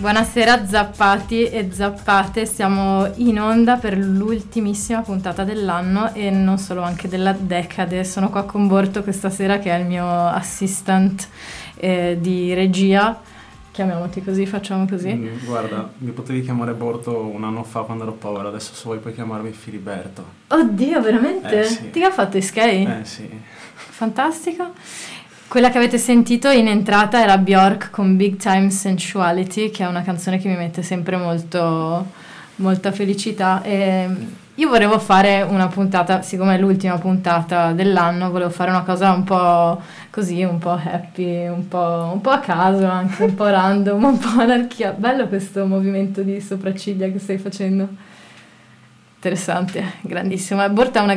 Buonasera zappati e zappate, siamo in onda per l'ultimissima puntata dell'anno e non solo, anche della decade. Sono qua con Borto questa sera, che è il mio assistant di regia. Chiamiamoti così, facciamo così. Guarda, mi potevi chiamare Borto un anno fa quando ero povero, adesso se vuoi puoi chiamarmi Filiberto. Oddio, veramente? Sì. Ti ha fatto Sky? Sì. Fantastico. Quella che avete sentito in entrata era Björk con Big Time Sensuality, che è una canzone che mi mette sempre molta felicità. E io volevo fare una puntata, siccome è l'ultima puntata dell'anno, volevo fare una cosa un po' così, un po' happy, un po' a caso, anche un po' random, un po' anarchia. Bello questo movimento di sopracciglia che stai facendo. Interessante, grandissimo. Borta ha un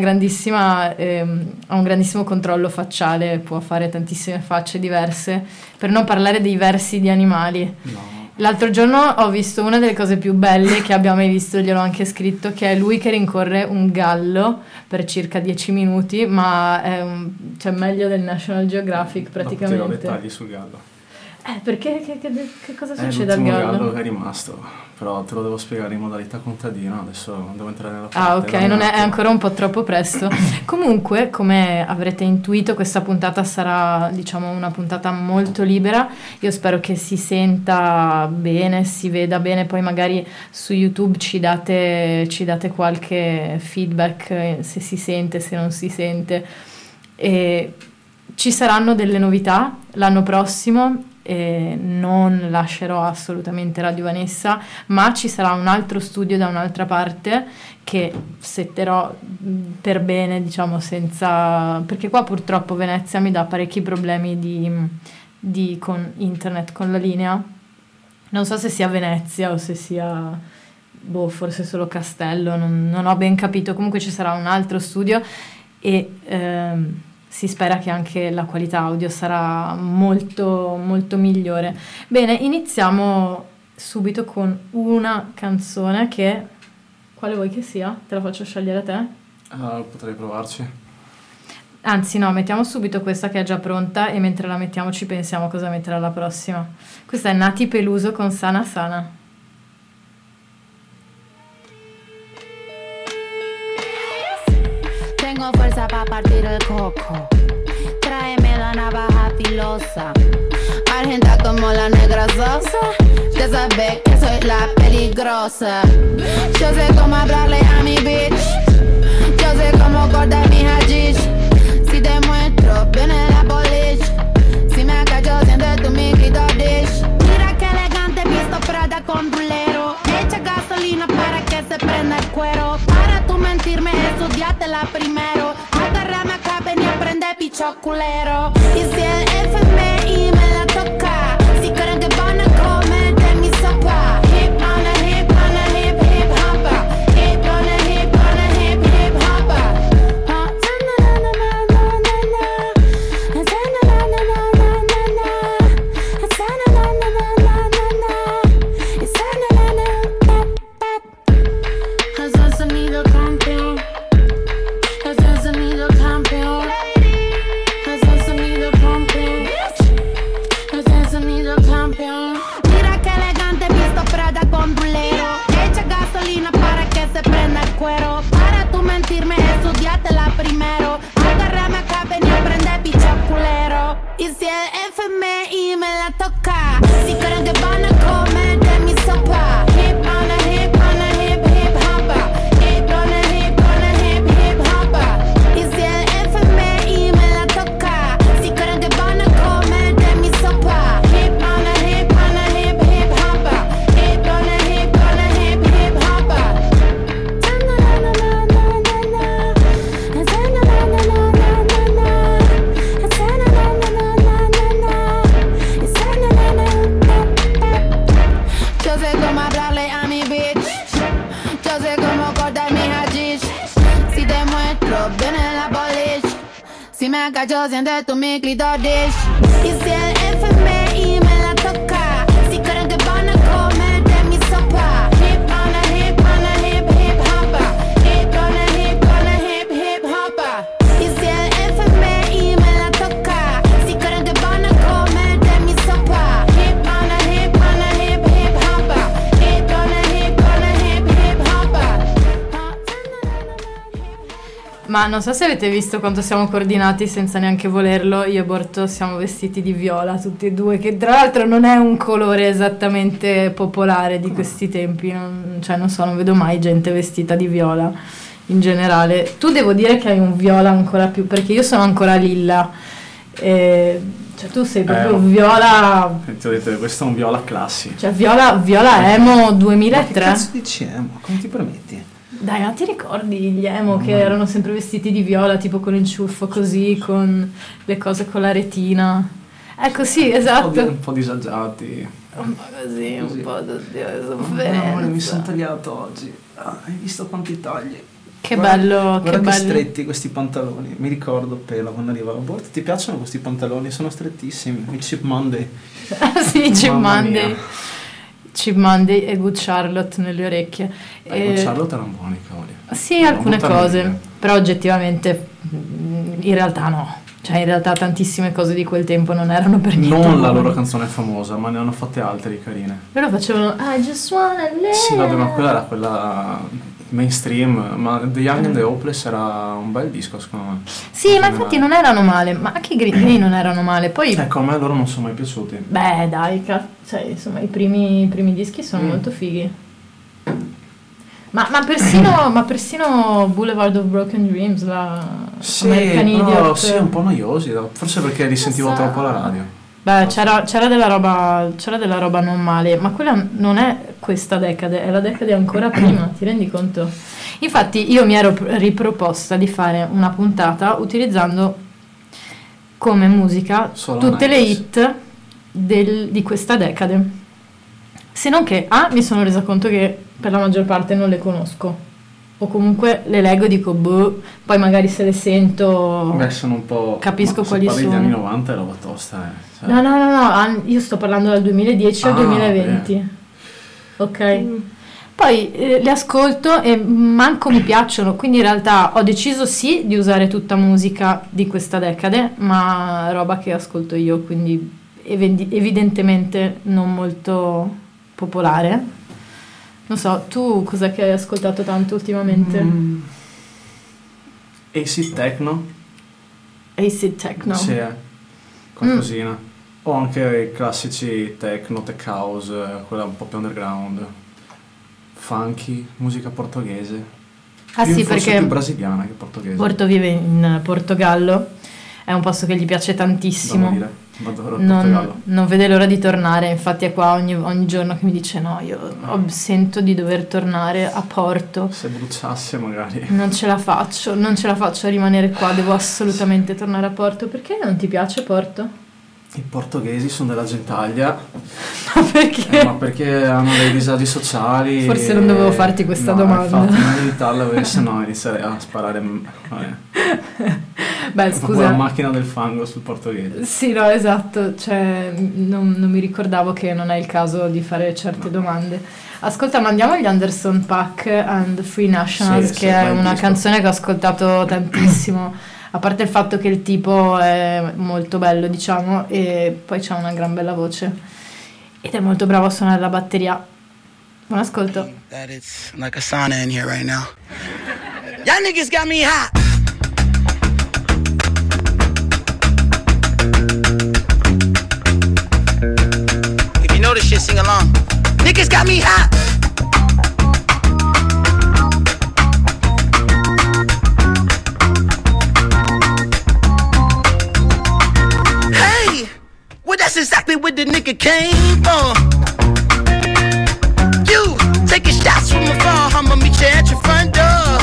grandissimo controllo facciale, può fare tantissime facce diverse, per non parlare dei versi di animali. No. L'altro giorno ho visto una delle cose più belle che abbia mai visto, gliel'ho anche scritto, che è lui che rincorre un gallo per circa 10 minuti, ma è cioè meglio del National Geographic praticamente. Dopo ti do dettagli sul gallo. Perché? Che cosa succede al l'ultimo gallo? gallo che è rimasto, però te lo devo spiegare in modalità contadino, adesso devo entrare nella parte. Ah, ok, non è ancora un po' troppo presto. Comunque, come avrete intuito, questa puntata sarà, diciamo, una puntata molto libera. Io spero che si senta bene, si veda bene, poi magari su YouTube ci date qualche feedback, se si sente, se non si sente. E ci saranno delle novità l'anno prossimo. E non lascerò assolutamente Radio Vanessa, ma ci sarà un altro studio da un'altra parte che setterò per bene, diciamo, senza, perché qua purtroppo Venezia mi dà parecchi problemi con internet, con la linea. Non so se sia Venezia o se sia forse solo Castello, non ho ben capito. Comunque ci sarà un altro studio e si spera che anche la qualità audio sarà molto molto migliore. Bene, iniziamo subito con una canzone che, quale vuoi che sia? Te la faccio scegliere a te? Potrei provarci. Anzi no, mettiamo subito questa che è già pronta e mentre la mettiamo ci pensiamo cosa mettere alla prossima. Questa è Nati Peluso con Sana Sana. Tengo fuerza pa' partir el coco. Tráeme la navaja filosa. Argenta como la negra sosa. Ya sabes que soy la peligrosa. Yo sé cómo hablarle a mi bitch. Yo sé cómo cortar mi hashish. Si te muestro, viene la police. Si me cacho, siente tu mi clitoris. Mira que elegante, visto Prada con rulero. Echa gasolina para que se prenda el cuero. Para tú mentirme, estudiátela primero. Agárrame acá, ven y aprende, picho culero. Y si el FMI me la toca, si creen que van a comer de mi sopa. Hip on a hip on a hip hip hoppa. Hip on a hip hip hip hoppa. Es el sonido campeón. Es el sonido campeón. Es el sonido campeón. Es el sonido campeón. Mira que elegante, visto Prada con rulero. Echa gasolina para que se prenda el cuero. Para tú mentirme, estudiátela primero. Agárrame acá, ven y aprende, picho culero. Y si el FMI me la toca, si creen que van a comer de mi sopa. Hip on a hip on a hip hip hoppa. Hip on a hip hip hoppa. Y si el FMI me la toca, si creen que van a comer de mi sopa. Hip on a hip hip hoppa. Hip on a hip hip hoppa. Yo sé cómo hablarle a mi bitch. Yo sé cómo cortar mi hashish. Si te muestro, viene la police. Si me cacho, siente tu mi clitoris. Y si el FMI me la toca, si creen que van a comer de mi sopa. Hip on a hip hip hoppa. Hip on a hip hip hoppa. Y si el FMI me la toca, si creen que van a comer de mi sopa. Hip on a hip hip hoppa. Ma non so se avete visto quanto siamo coordinati senza neanche volerlo. Io e Borto siamo vestiti di viola tutti e due, che tra l'altro non è un colore esattamente popolare di questi tempi. Non vedo mai gente vestita di viola in generale. Tu devo dire che hai un viola ancora più, perché io sono ancora lilla. Cioè tu sei proprio viola. Ti ho detto che questo è un viola classi. Cioè viola emo 2003. Ma che cazzo dici emo? Come ti permetti? Dai, ma ti ricordi gli emo che erano sempre vestiti di viola, tipo con il ciuffo così, con le cose con la retina? Ecco, sì, esatto. Un po' disagiati. Un po' così, un po' di amore, mi sono tagliato oggi. Hai visto quanti tagli? Che bello, guarda che bello. Stretti questi pantaloni. Mi ricordo appena quando arrivava a bordo. Ti piacciono questi pantaloni? Sono strettissimi. Il Cheap Monday. Sì, Cheap Monday. Cheap Monday e Good Charlotte nelle orecchie. Good Charlotte erano buoni, cavoli. Sì, alcune cose, però oggettivamente in realtà no. Cioè in realtà tantissime cose di quel tempo non erano per niente Non la buone. loro canzone famosa, ma ne hanno fatte altre di carine. Loro facevano I just wanna live. Sì, vabbè, ma quella era quella mainstream, ma The Young and the Hopeless era un bel disco secondo me. Sì, ma infatti non erano male, ma anche i Green Day non erano male. Poi ecco, a me loro non sono mai piaciuti. beh, dai, cioè, insomma, i primi dischi sono molto fighi. Ma persino Boulevard of Broken Dreams, la Sì, American però Idiot. sì, un po' noiosi, forse perché li sentivo troppo alla radio. Beh, c'era della roba non male, ma quella non è questa decade, è la decade ancora prima, ti rendi conto? Infatti io mi ero riproposta di fare una puntata utilizzando come musica Solo tutte le 90s. hit di questa decade. Se non che, mi sono resa conto che per la maggior parte non le conosco. O comunque le leggo e dico, boh, poi magari se le sento Beh, sono un po'. capisco se quali parli sono. degli anni 90 è roba tosta, cioè. No, io sto parlando dal 2010 al 2020. Ok. Poi le ascolto e manco mi piacciono, quindi in realtà ho deciso sì di usare tutta musica di questa decade, ma roba che ascolto io, quindi evidentemente non molto popolare. Non so, tu cos'è che hai ascoltato tanto ultimamente? Acid Techno? Acid Techno. Sì, qualcosina. O anche i classici techno, tech house, quella un po' più underground. Funky, musica portoghese. Sì, forse perché più brasiliana che portoghese. Porto vive in Portogallo, è un posto che gli piace tantissimo. Adoro il Portogallo. Non vede l'ora di tornare, infatti è qua ogni giorno che mi dice no, io sento di dover tornare a Porto. Se bruciasse magari. Non ce la faccio a rimanere qua, devo assolutamente tornare a Porto. Perché non ti piace Porto? I portoghesi sono della gentaglia. Ma perché? Ma perché hanno dei disagi sociali. Forse non dovevo farti questa domanda. Infatti non evitarla perché sennò inizierei a sparare. Beh, Proprio la macchina del fango sul portoghese. Sì, no, esatto, cioè non mi ricordavo che non è il caso di fare certe domande. Ascolta, ma andiamo agli Anderson .Paak and the Free Nationals, che è una canzone che ho ascoltato tantissimo, a parte il fatto che il tipo è molto bello, diciamo, e poi c'ha una gran bella voce ed è molto bravo a suonare la batteria. Buon ascolto. That it's like a sauna in here right now. Y'all niggas got me hot. If you know this shit, sing along. Niggas got me hot. Hey, well that's exactly what the nigga came for. You taking shots from afar, I'ma meet you at your front door.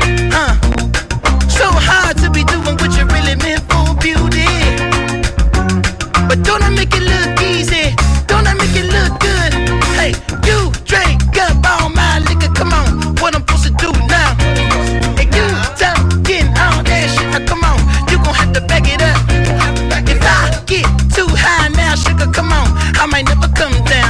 So hard to be doing what you really meant for, beauty. But don't I make it look easy? Don't I make it look good? Hey, you drink up all my liquor, come on, what I'm supposed to do now? And you talking all that shit, now come on, you gon' have to back it up. If I get too high now, sugar, come on, I might never come down.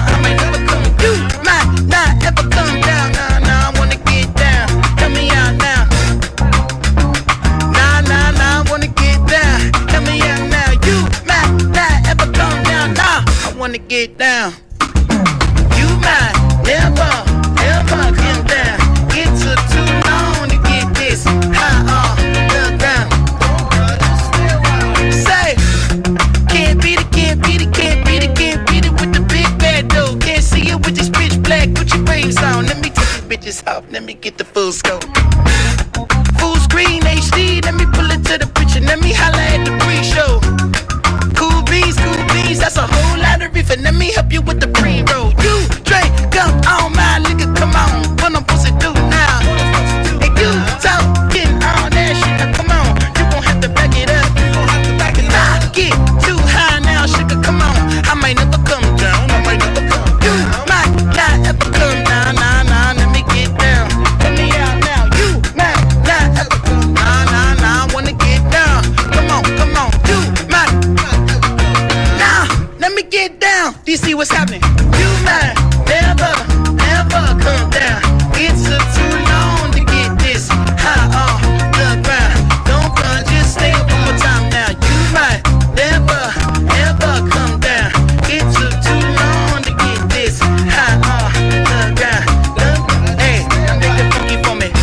this off, let me get the full scope. Full screen HD, let me pull it to the picture, let me holla at the pre-show. Cool beans, that's a whole lot of reefer, let me help you with the pre-roll. You drink up all my liquor, come on, what I'm supposed to do now? And you talking all that shit, now come on, you gon' have to back it up. I get too high now, sugar, come on, I might never come down, You might not ever come down, nah, let me get down. Let me out now, you might not ever come down, nah, I wanna get down. Come on, you might, nah, let me get down. Do you see what's happening? You might never come down. It's too long to get this high off the ground. Don't run, just stay up one more time now. You might never come down. It's too long to get this high off the ground. Hey, now make it funky for me.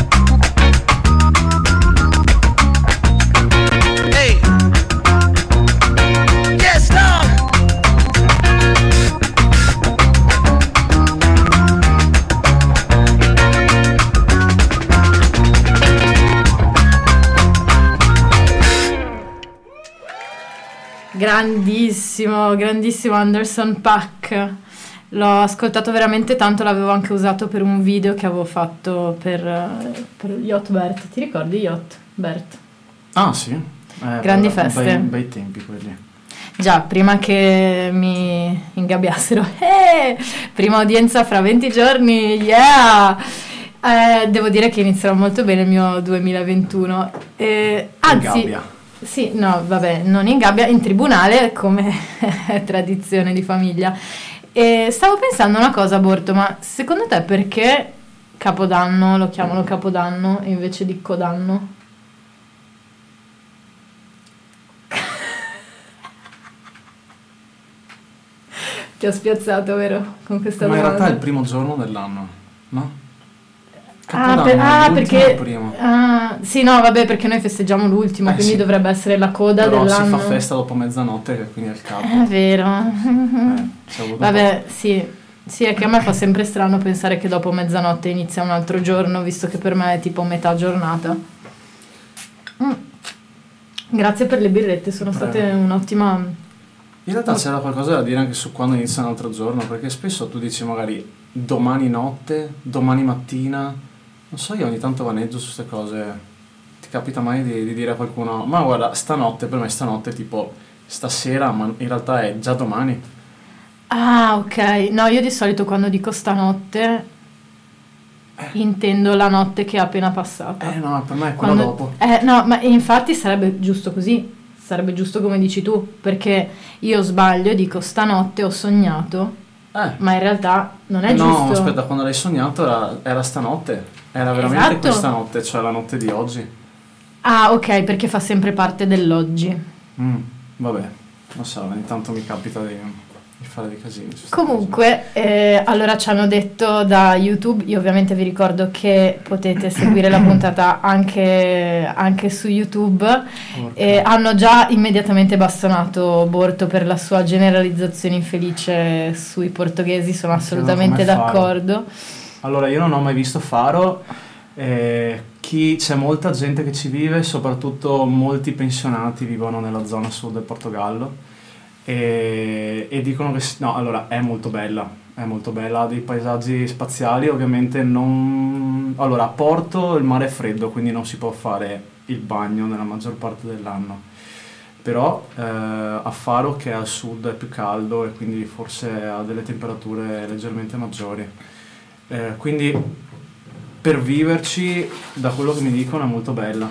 Hey, yes, Lord. Grandissimo Anderson .Paak. L'ho ascoltato veramente tanto, l'avevo anche usato per un video che avevo fatto per Yacht Bert. Ti ricordi Yacht Bert? Ah sì, Grandi feste. Bei tempi quelli. Già, prima che mi ingabbiassero. Prima udienza fra 20 giorni, yeah! Devo dire che inizierà molto bene il mio 2021. Anzi, Gabbia. sì, no, vabbè, non in gabbia, in tribunale, come è tradizione di famiglia. E stavo pensando una cosa, Borto, ma secondo te perché Capodanno lo chiamano Capodanno invece di Codanno? Ti ho spiazzato, vero? Con questa Ma in domanda. realtà è il primo giorno dell'anno, no? Perché primo. sì, no, vabbè, perché noi festeggiamo l'ultimo, quindi sì. dovrebbe essere la coda Però dell'anno. si fa festa dopo mezzanotte, quindi è il capo. È vero. ci ho avuto un Vabbè, sì, è che a me fa sempre strano pensare che dopo mezzanotte inizia un altro giorno, visto che per me è tipo metà giornata. Grazie per le birrette, sono state un'ottima... In realtà c'era qualcosa da dire anche su quando inizia un altro giorno, perché spesso tu dici magari domani notte, domani mattina, non so, io ogni tanto vaneggio su queste cose. Ti capita mai di dire a qualcuno, ma guarda, stanotte, per me stanotte è tipo stasera, ma in realtà è già domani. Ah, ok. No, io di solito quando dico stanotte intendo la notte che è appena passata. No, per me è quella dopo. No, ma infatti sarebbe giusto così. Sarebbe giusto come dici tu, perché io sbaglio e dico stanotte ho sognato, ma in realtà non è giusto. No, aspetta, quando l'hai sognato era stanotte, era veramente Esatto. questa notte, cioè la notte di oggi. Ah, ok, perché fa sempre parte dell'oggi. Vabbè, non so, ogni tanto mi capita di fare dei casini. Comunque, allora ci hanno detto da YouTube, io ovviamente vi ricordo che potete seguire la puntata anche su YouTube, e hanno già immediatamente bastonato Borto per la sua generalizzazione infelice sui portoghesi, sono assolutamente d'accordo. Allora, io non ho mai visto Faro, c'è molta gente che ci vive, soprattutto molti pensionati vivono nella zona sud del Portogallo. E dicono che no, allora è molto bella, ha dei paesaggi spaziali, ovviamente non... Allora, a Porto il mare è freddo, quindi non si può fare il bagno nella maggior parte dell'anno, però a Faro, che al sud è più caldo e quindi forse ha delle temperature leggermente maggiori, quindi per viverci, da quello che mi dicono, è molto bella,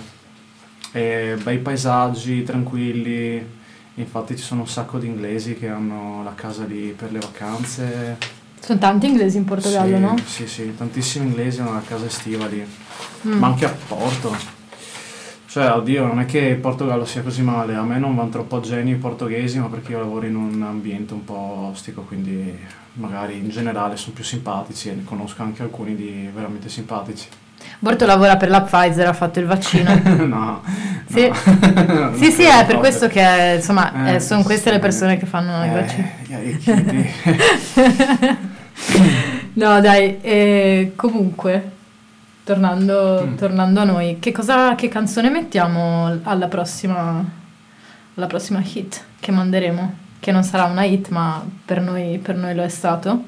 bei paesaggi, tranquilli. Infatti ci sono un sacco di inglesi che hanno la casa lì per le vacanze. Sono tanti inglesi in Portogallo, sì, no? Sì, tantissimi inglesi hanno la casa estiva lì, ma anche a Porto. Cioè, oddio, non è che il Portogallo sia così male, a me non vanno troppo a genio i portoghesi, ma perché io lavoro in un ambiente un po' ostico, quindi magari in generale sono più simpatici e ne conosco anche alcuni di veramente simpatici. Borto lavora per la Pfizer, ha fatto il vaccino. No. Sì, no. sì, è per questo che insomma sono queste le persone che fanno i vaccini. No, dai, comunque, tornando a noi, che canzone mettiamo alla prossima hit che manderemo? Che non sarà una hit, ma per noi lo è stato.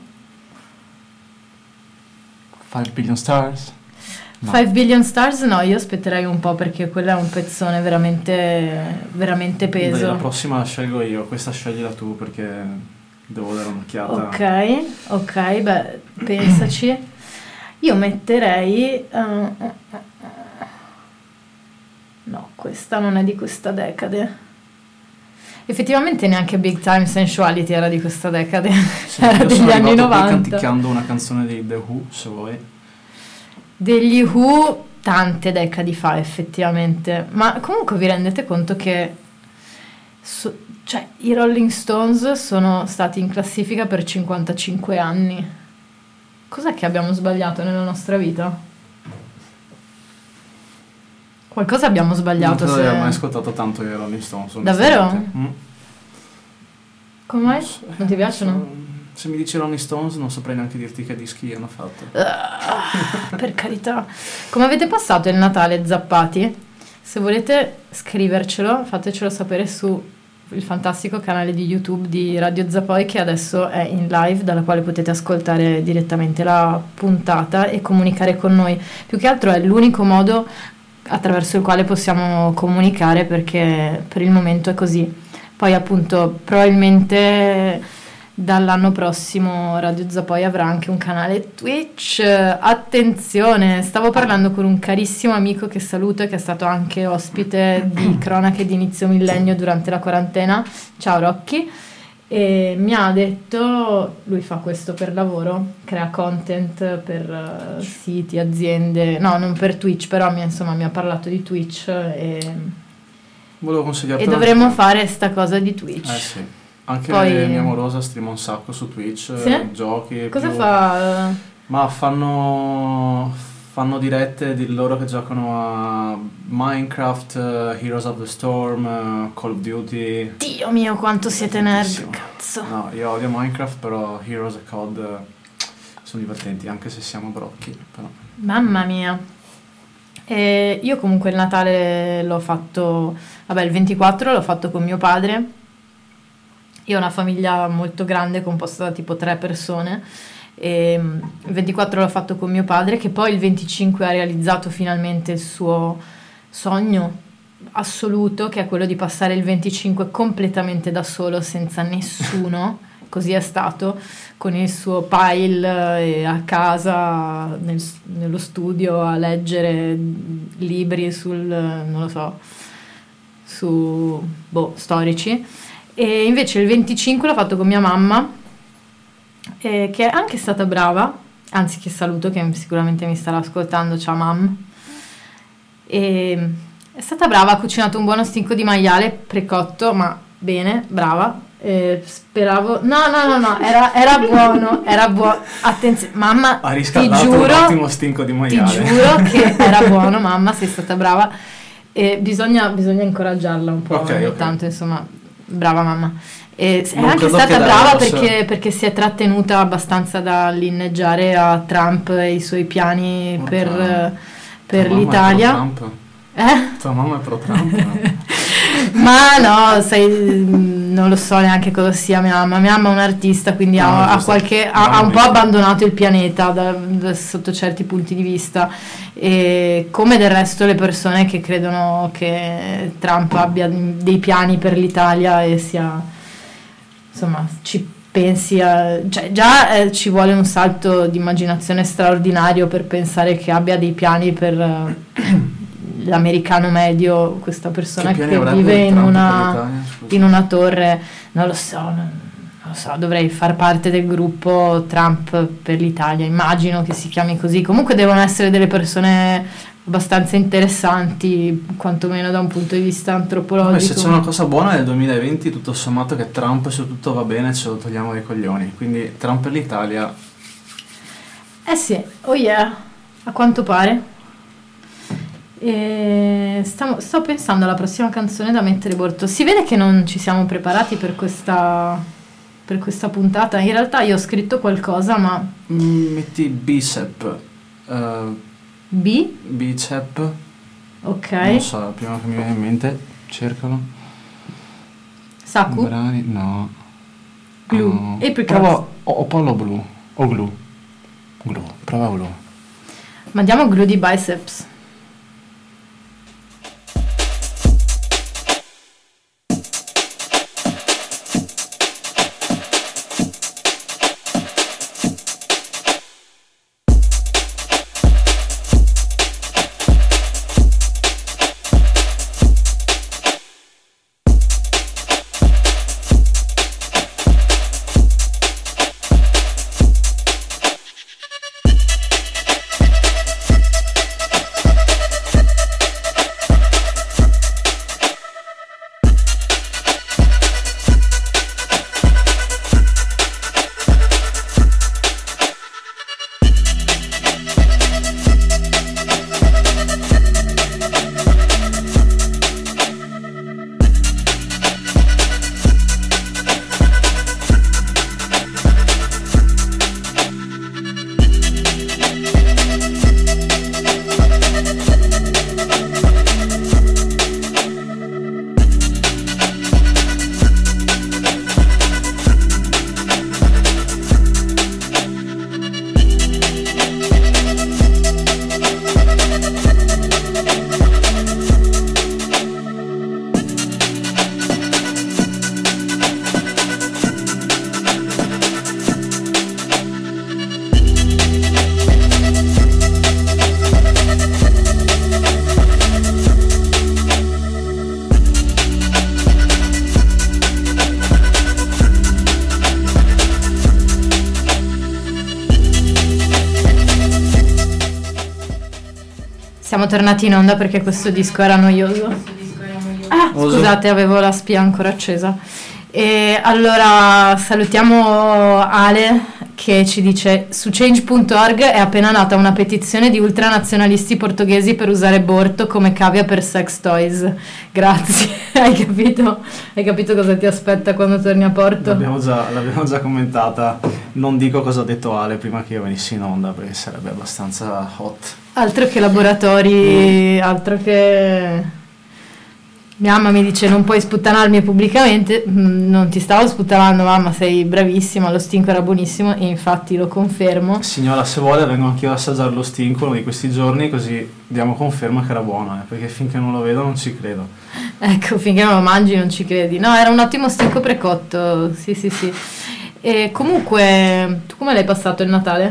5 Billion Stars? No. 5 Billion Stars? No, io aspetterei un po' perché quello è un pezzone veramente, veramente peso. Dai, la prossima la scelgo io, questa sceglila tu perché devo dare un'occhiata. Ok, beh, pensaci. Io metterei... no, questa non è di questa decade. Effettivamente neanche Big Time Sensuality era di questa decade, Sì, era io sono degli anni arrivato qui 90. canticchiando una canzone di The Who, se vuoi. Degli Who tante decadi fa effettivamente, ma comunque vi rendete conto che cioè, i Rolling Stones sono stati in classifica per 55 anni. Cos'è che abbiamo sbagliato nella nostra vita? Qualcosa abbiamo sbagliato. Non avevo mai ascoltato tanto i Rolling Stones. Davvero? onestamente. Come mai? Non ti piacciono? Se mi dici Rolling Stones non saprei neanche dirti che dischi hanno fatto. Per carità. Come avete passato il Natale, zappati? Se volete scrivercelo, fatecelo sapere su il fantastico canale di YouTube di Radio Zappoi, che adesso è in live, dalla quale potete ascoltare direttamente la puntata e comunicare con noi. Più che altro è l'unico modo attraverso il quale possiamo comunicare, perché per il momento è così. Poi appunto probabilmente dall'anno prossimo Radio Zappoi avrà anche un canale Twitch. Attenzione, stavo parlando con un carissimo amico che saluto e che è stato anche ospite di Cronache di Inizio Millennio durante la quarantena. Ciao Rocky. E mi ha detto, lui fa questo per lavoro, crea content per siti, aziende, no, non per Twitch, però mi ha parlato di Twitch e Volevo consigliarti. e dovremmo fare sta cosa di Twitch. Sì. Anche Poi- mia amorosa streama un sacco su Twitch, Sì? giochi. Cosa più- fa? Ma fanno dirette di loro che giocano a Minecraft, Heroes of the Storm, Call of Duty. Dio mio, quanto siete nerd, Tantissimo. cazzo. No, io odio Minecraft, però Heroes e COD sono divertenti, anche se siamo brocchi. Però. Mamma mia. E io comunque il Natale l'ho fatto, vabbè, il 24 l'ho fatto con mio padre. Io ho una famiglia molto grande, composta da tipo 3 persone. E il 24 l'ho fatto con mio padre, che poi il 25 ha realizzato finalmente il suo sogno assoluto, che è quello di passare il 25 completamente da solo, senza nessuno. Così è stato, con il suo pile e a casa, nello studio, a leggere libri non lo so, storici. E invece il 25 l'ho fatto con mia mamma, che è anche stata brava, anzi, che saluto, che sicuramente mi starà ascoltando. Ciao mam. E è stata brava, ha cucinato un buono stinco di maiale precotto, ma bene, brava. Speravo, no, era buono, attenzione mamma, Ha ti riscaldato un ottimo stinco di ti maiale. giuro che era buono, mamma, sei stata brava. E bisogna incoraggiarla un po', Ok, ogni ok. tanto, insomma, brava mamma. E è Non anche credo stata che brava lei possa- perché si è trattenuta abbastanza da linneggiare a Trump e i suoi piani Porca- per Tua mamma è l'Italia. pro-Trump? Eh? Tua mamma è pro-Trump? Ma no, non lo so neanche cosa sia mia mamma. Mia mamma è un'artista, quindi No, ha giusto. ha un po' Mamma. abbandonato il pianeta sotto certi punti di vista, e come del resto le persone che credono che Trump abbia dei piani per l'Italia e sia, insomma, ci pensi cioè già ci vuole un salto di immaginazione straordinario per pensare che abbia dei piani per l'americano medio, questa persona Che piani che avrebbe vive in Trump per una, l'Italia? Scusa. in una torre, non lo so, dovrei far parte del gruppo Trump per l'Italia, immagino che si chiami così. Comunque devono essere delle persone abbastanza interessanti, quantomeno da un punto di vista antropologico. Vabbè, se c'è una cosa buona nel 2020, tutto sommato, che Trump, se tutto va bene, ce lo togliamo dai coglioni. Quindi Trump per l'Italia. Sì, oh yeah, a quanto pare. E sto pensando alla prossima canzone da mettere, Borto. Si vede che non ci siamo preparati per questa per questa puntata. In realtà io ho scritto qualcosa, ma Metti bicep. Bicep. Ok. Non so, la prima che mi viene in mente. Cercalo. Saku? Brani, no. Glue. Apricot. Prova Opalo blu. O glue. Glue. Prova glue. Mandiamo glue di biceps. Siamo tornati in onda perché questo disco era noioso. Ah, scusate, avevo la spia ancora accesa. E allora salutiamo Ale che ci dice: su change.org è appena nata una petizione di ultranazionalisti portoghesi per usare Borto come cavia per sex toys. Grazie. Hai capito cosa ti aspetta quando torni a Porto? L'abbiamo già commentata. Non dico cosa ha detto Ale prima che io venissi in onda, perché sarebbe abbastanza hot. Altro che laboratori, altro che... Mia mamma mi dice: non puoi sputtanarmi pubblicamente. Non ti stavo sputtanando, mamma, sei bravissima, lo stinco era buonissimo e infatti lo confermo. Signora, se vuole vengo anch'io ad assaggiare lo stinco uno di questi giorni, così diamo conferma che era buono, perché finché non lo vedo non ci credo. Ecco, finché non lo mangi non ci credi. No, era un ottimo stinco precotto, sì. E comunque, tu come l'hai passato il Natale?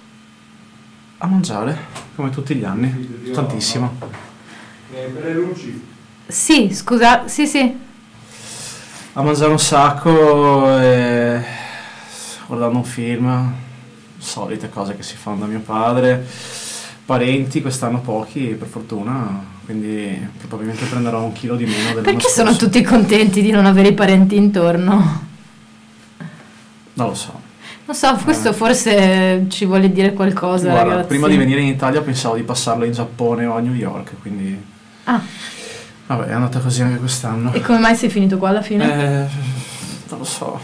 A mangiare, come tutti gli anni, tantissimo. Per le luci. Sì, scusa, sì. A mangiare un sacco e guardando un film, solite cose che si fanno da mio padre, parenti, quest'anno pochi per fortuna, quindi probabilmente prenderò 1 chilo di meno dell'anno Perché scorso. sono tutti contenti di non avere i parenti intorno? Non lo so. Non so, questo forse ci vuole dire qualcosa, Guarda, ragazzi. prima di venire in Italia pensavo di passarlo in Giappone o a New York, quindi... Ah, Vabbè, è andata così anche quest'anno. e come mai sei finito qua alla fine? Non lo so.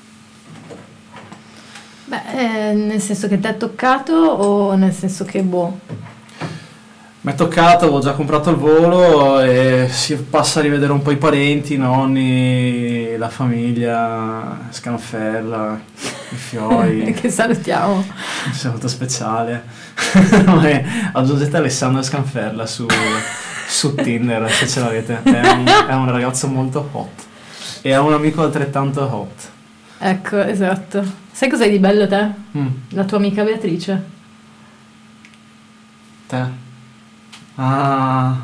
Beh, nel senso che ti è toccato o nel senso che boh? Mi è toccato, avevo già comprato il volo e si passa a rivedere un po' i parenti, i nonni, la famiglia, Scanfella, i fiori. Che salutiamo. Un saluto speciale. Aggiungete Alessandro Scanferla su Tinder se ce l'avete. È un ragazzo molto hot e ha un amico altrettanto hot. Ecco, esatto. Sai cos'hai di bello te? La tua amica Beatrice. Te? Ah.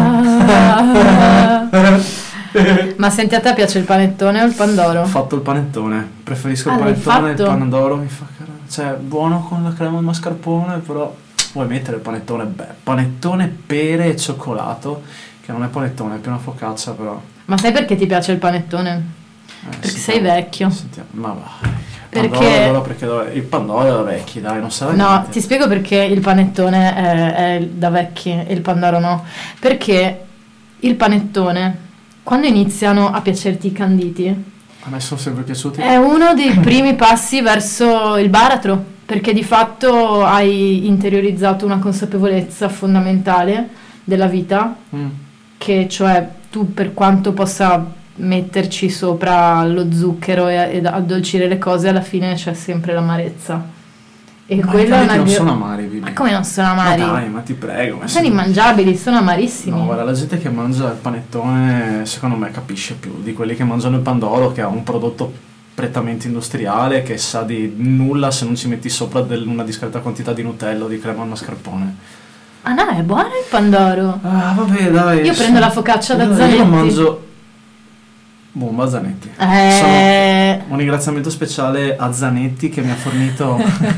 Ma senti, a te piace il panettone o il pandoro? Ho fatto il panettone, preferisco il l'hai panettone, il fatto? pandoro mi fa cioè buono con la crema al mascarpone, però vuoi mettere il panettone? Beh, panettone, pere e cioccolato, che non è panettone, è più una focaccia, però Ma sai perché ti piace il panettone? Perché sei vecchio. Sentiamo. Ma va. Perché- Il pandoro è da vecchi, dai, non sarà No, niente. ti spiego perché il panettone è da vecchi e il pandoro no. Perché il panettone, quando iniziano a piacerti i canditi, A me sono sempre piaciuti. È uno dei primi passi verso il baratro, perché di fatto hai interiorizzato una consapevolezza fondamentale della vita, che cioè tu, per quanto possa metterci sopra lo zucchero ed addolcire le cose, alla fine c'è sempre l'amarezza. E Ma quella è una non sono amari, Bibi. Ma come non sono amari? Ma dai, ma ti prego. Ma sono immangiabili, sono amarissimi. No, guarda, la gente che mangia il panettone secondo me capisce più di quelli che mangiano il pandoro, che ha un prodotto prettamente industriale, che sa di nulla se non ci metti sopra una discreta quantità di Nutella o di crema al mascarpone. Ah no, è buono il pandoro. Ah, vabbè, dai. Io prendo la focaccia da Zanetti. Io mangio bomba Zanetti. Un ringraziamento speciale a Zanetti che mi ha fornito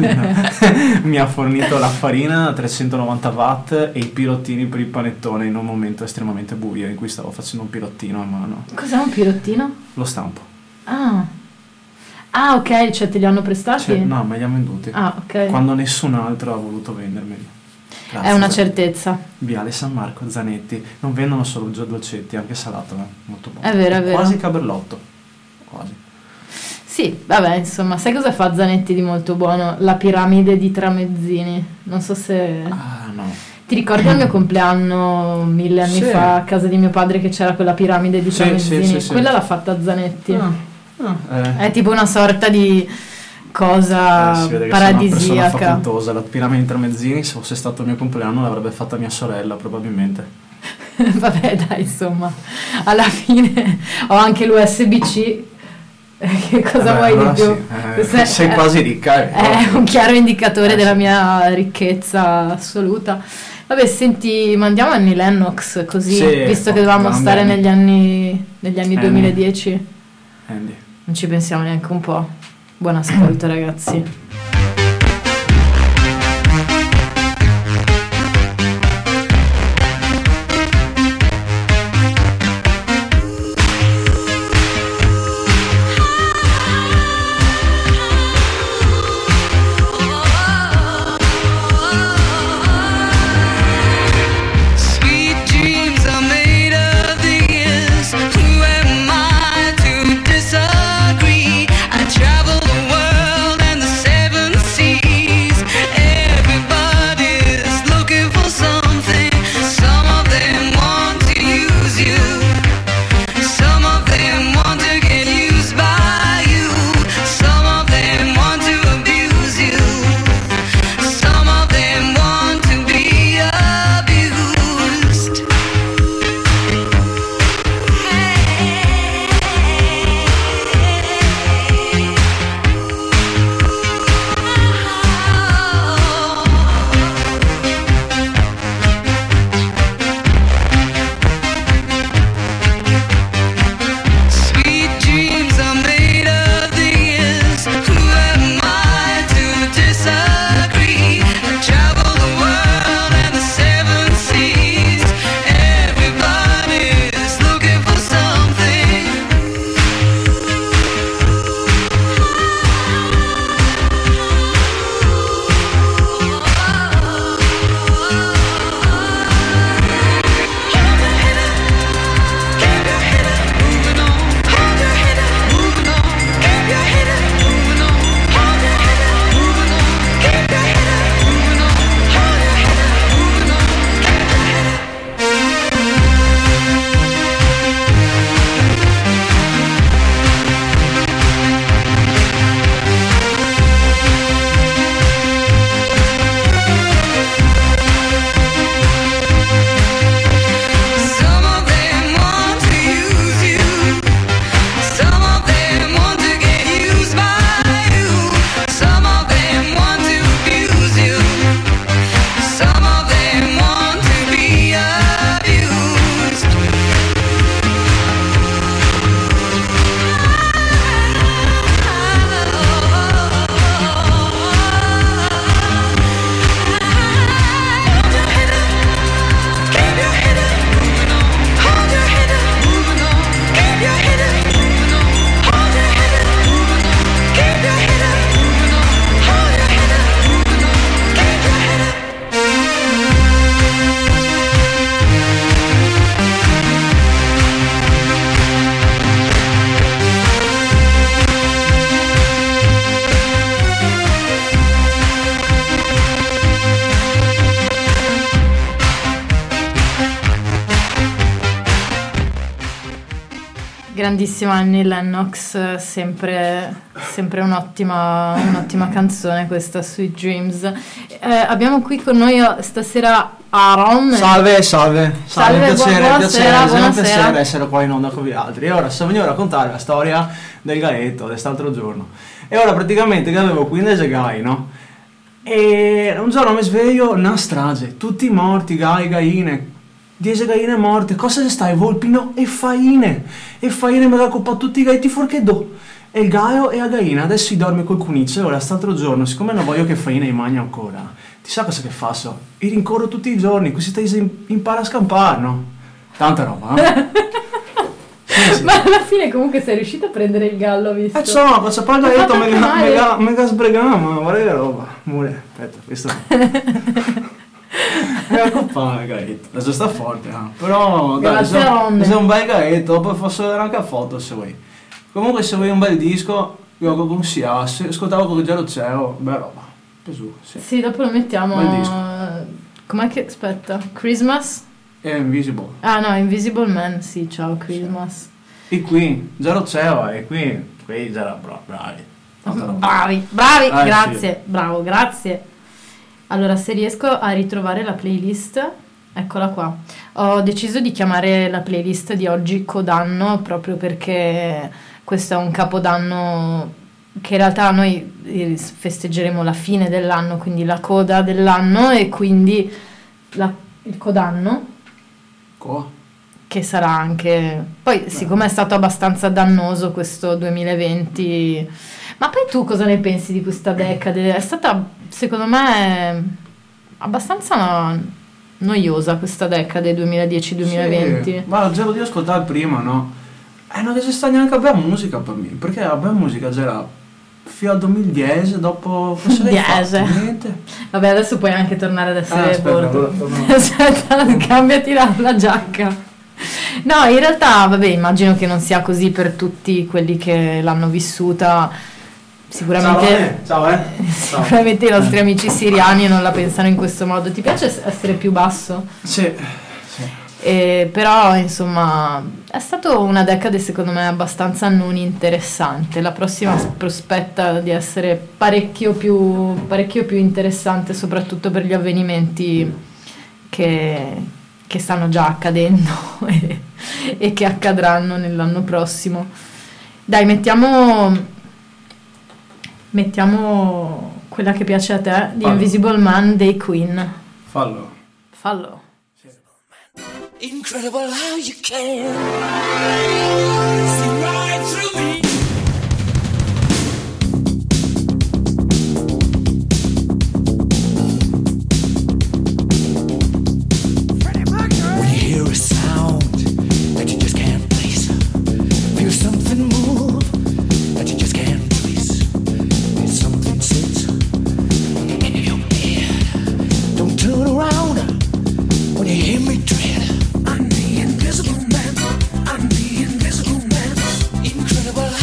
la farina a 390 watt e i pirottini per il panettone in un momento estremamente buio in cui stavo facendo un pirottino a mano. Cos'è un pirottino? Lo stampo. Ah, ok, cioè te li hanno prestati? Cioè, no, me li hanno venduti. Ah, ok. Quando nessun altro ha voluto vendermeli. Grazie, è una Zanetti. certezza. Viale San Marco, Zanetti. Non vendono solo dolcetti, anche salato, molto buono. È vero, è vero. Quasi Caberlotto. Quasi. Sì, vabbè, insomma, sai cosa fa Zanetti di molto buono? La piramide di tramezzini. Non so se... Ah, no. Ti ricordi al mio compleanno 1000 anni Sì. fa a casa di mio padre che c'era quella piramide di Sì, tramezzini? sì. Quella l'ha fatta Zanetti. È È tipo una sorta di cosa si vede che sei una persona paradisiaca. facoltosa. La piramide in tramezzini, se fosse stato il mio compleanno, l'avrebbe fatta mia sorella, probabilmente. Vabbè, dai, insomma, alla fine ho anche l'USB-C. Che cosa vuoi allora di più? sì, Questo sei quasi ricca. È un chiaro indicatore della sì. mia ricchezza assoluta. Vabbè, senti, mandiamo Annie Lennox così, Sì, visto che dovevamo grande stare Annie. negli anni 2010. Andy. Non ci pensiamo neanche un po'. Buon ascolto, ragazzi. Sweet dreams are made of these. Who am I to disagree? I travel the world and the grandissima Annie Lennox, sempre un'ottima canzone questa, Sweet Dreams. Abbiamo qui con noi stasera Aaron. Salve, piacere, buonasera. è un piacere essere qua in onda con gli altri. E ora sto venendo a raccontare la storia del gaetto dell'altro giorno. E ora praticamente che avevo 15 gai, no? E un giorno mi sveglio, una strage, tutti morti, gaine, 10 gaine morte, cosa se stai? Volpi no, e faine me la coppa tutti i gaetti fuorché do. E il gaio e la gaina, adesso si dorme col cuniccio. E ora st'altro giorno, siccome non voglio che faina i magna ancora, ti sa cosa che faccio? I rincorro tutti i giorni, così ti impara a scampare, no? Tanta roba, eh? Sì. Ma alla fine comunque sei riuscito a prendere il gallo, visto? Insomma, faccio poi il gaetto, mega sbregama, guarda che roba. Mure, aspetta, questo è la coppa il gaetto, adesso sta forte, però dai, se è un bel gaetto, poi posso vedere anche a foto se vuoi. Comunque se vuoi un bel disco, io lo consigliassi, ascoltavo con Ruggero Ceo, bella roba. Gesù, sì, dopo lo mettiamo. Bel disco. Com'è che aspetta? Christmas? È Invisible. Ah no, Invisible Man, sì, ciao Christmas. E qui, Ruggero Ceo, e qui già bravi. Bravi, grazie, sì. Bravo, grazie. Allora, se riesco a ritrovare la playlist, eccola qua. Ho deciso di chiamare la playlist di oggi Codanno, proprio perché questo è un capodanno che in realtà noi festeggeremo la fine dell'anno, quindi la coda dell'anno, e quindi il Codanno, che sarà anche... Poi, siccome è stato abbastanza dannoso questo 2020... Ma poi tu cosa ne pensi di questa decade? È stata, secondo me, abbastanza noiosa questa decade 2010-2020. Sì, ma già di ascoltare prima, no? Non esiste neanche bella musica per me, perché la bella musica c'era fino al 2010, dopo cosa l'hai fatto? Niente. Vabbè, adesso puoi anche tornare ad essere aspetta, bordo. Aspetta, cambiati la giacca. No, in realtà, vabbè, immagino che non sia così per tutti quelli che l'hanno vissuta. Sicuramente, sicuramente i nostri amici siriani non la pensano in questo modo. Ti piace essere più basso? Sì. Però insomma è stata una decade secondo me abbastanza non interessante. La prossima prospetta di essere parecchio più interessante, soprattutto per gli avvenimenti che stanno già accadendo e che accadranno nell'anno prossimo. Dai, mettiamo quella che piace a te, di Invisible Man dei Queen. Fallo. Incredible how you can see right through me. When you hear a sound that you just can't place, feel something move that you just can't trace, feel something sit in your head. Don't turn around when you hear me tread. I'm the invisible man. Incredible.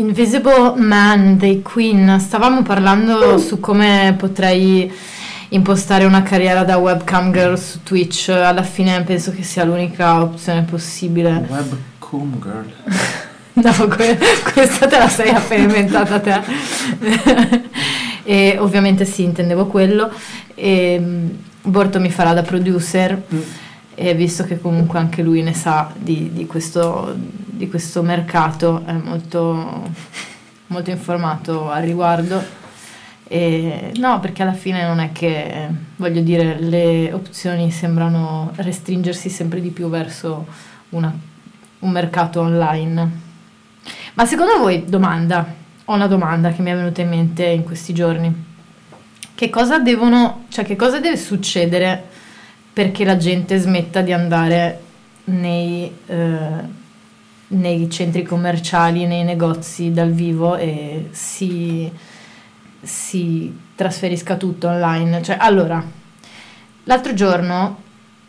Invisible Man dei Queen. Stavamo parlando su come potrei impostare una carriera da webcam girl su Twitch. Alla fine penso che sia l'unica opzione possibile. Webcam girl. No, questa te la sei appena inventata te. E ovviamente sì, intendevo quello. E Borto mi farà da producer, e visto che comunque anche lui ne sa di questo mercato, è molto, molto informato al riguardo. E no, perché alla fine non è che, voglio dire, le opzioni sembrano restringersi sempre di più verso un mercato online. Ma secondo voi, ho una domanda che mi è venuta in mente in questi giorni. Che cosa deve succedere perché la gente smetta di andare nei centri commerciali, nei negozi dal vivo e si trasferisca tutto online? Cioè, allora, l'altro giorno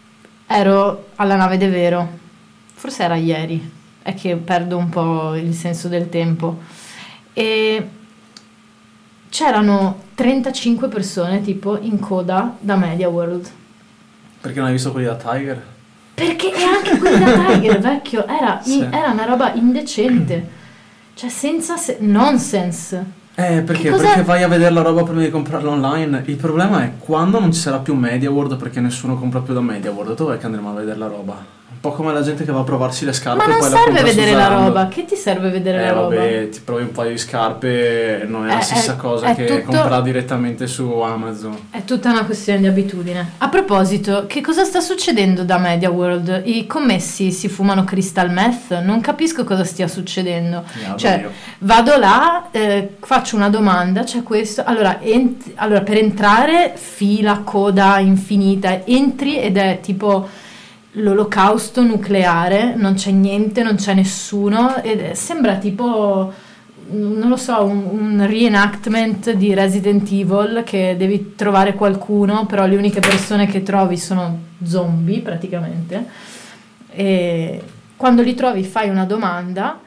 ero alla Nave de Vero, forse era ieri, è che perdo un po' il senso del tempo, e c'erano 35 persone tipo in coda da Media World. Perché non hai visto quelli da Tiger? Perché e anche quelli da Tiger, vecchio, Sì. era una roba indecente, cioè senza nonsense. Perché? Perché vai a vedere la roba prima di comprarla online. Il problema è quando non ci sarà più Media World, perché nessuno compra più da Media World, dov'è che andremo a vedere la roba? Un po' come la gente che va a provarsi le scarpe. Ma non e poi la serve compra su vedere la Zalando. roba, che ti serve vedere la roba? Vabbè, ti provi un paio di scarpe, non è la stessa cosa è che tutto- comprare direttamente su Amazon. È tutta una questione di abitudine. A proposito, che cosa sta succedendo da Media World? I commessi si fumano crystal meth? Non capisco cosa stia succedendo. Cioè, Io. vado là, faccio una domanda, c'è questo. Allora, per entrare, fila, coda infinita, entri ed è tipo l'olocausto nucleare, non c'è niente, non c'è nessuno, ed sembra tipo, non lo so, un reenactment di Resident Evil, che devi trovare qualcuno, però le uniche persone che trovi sono zombie praticamente, e quando li trovi fai una domanda,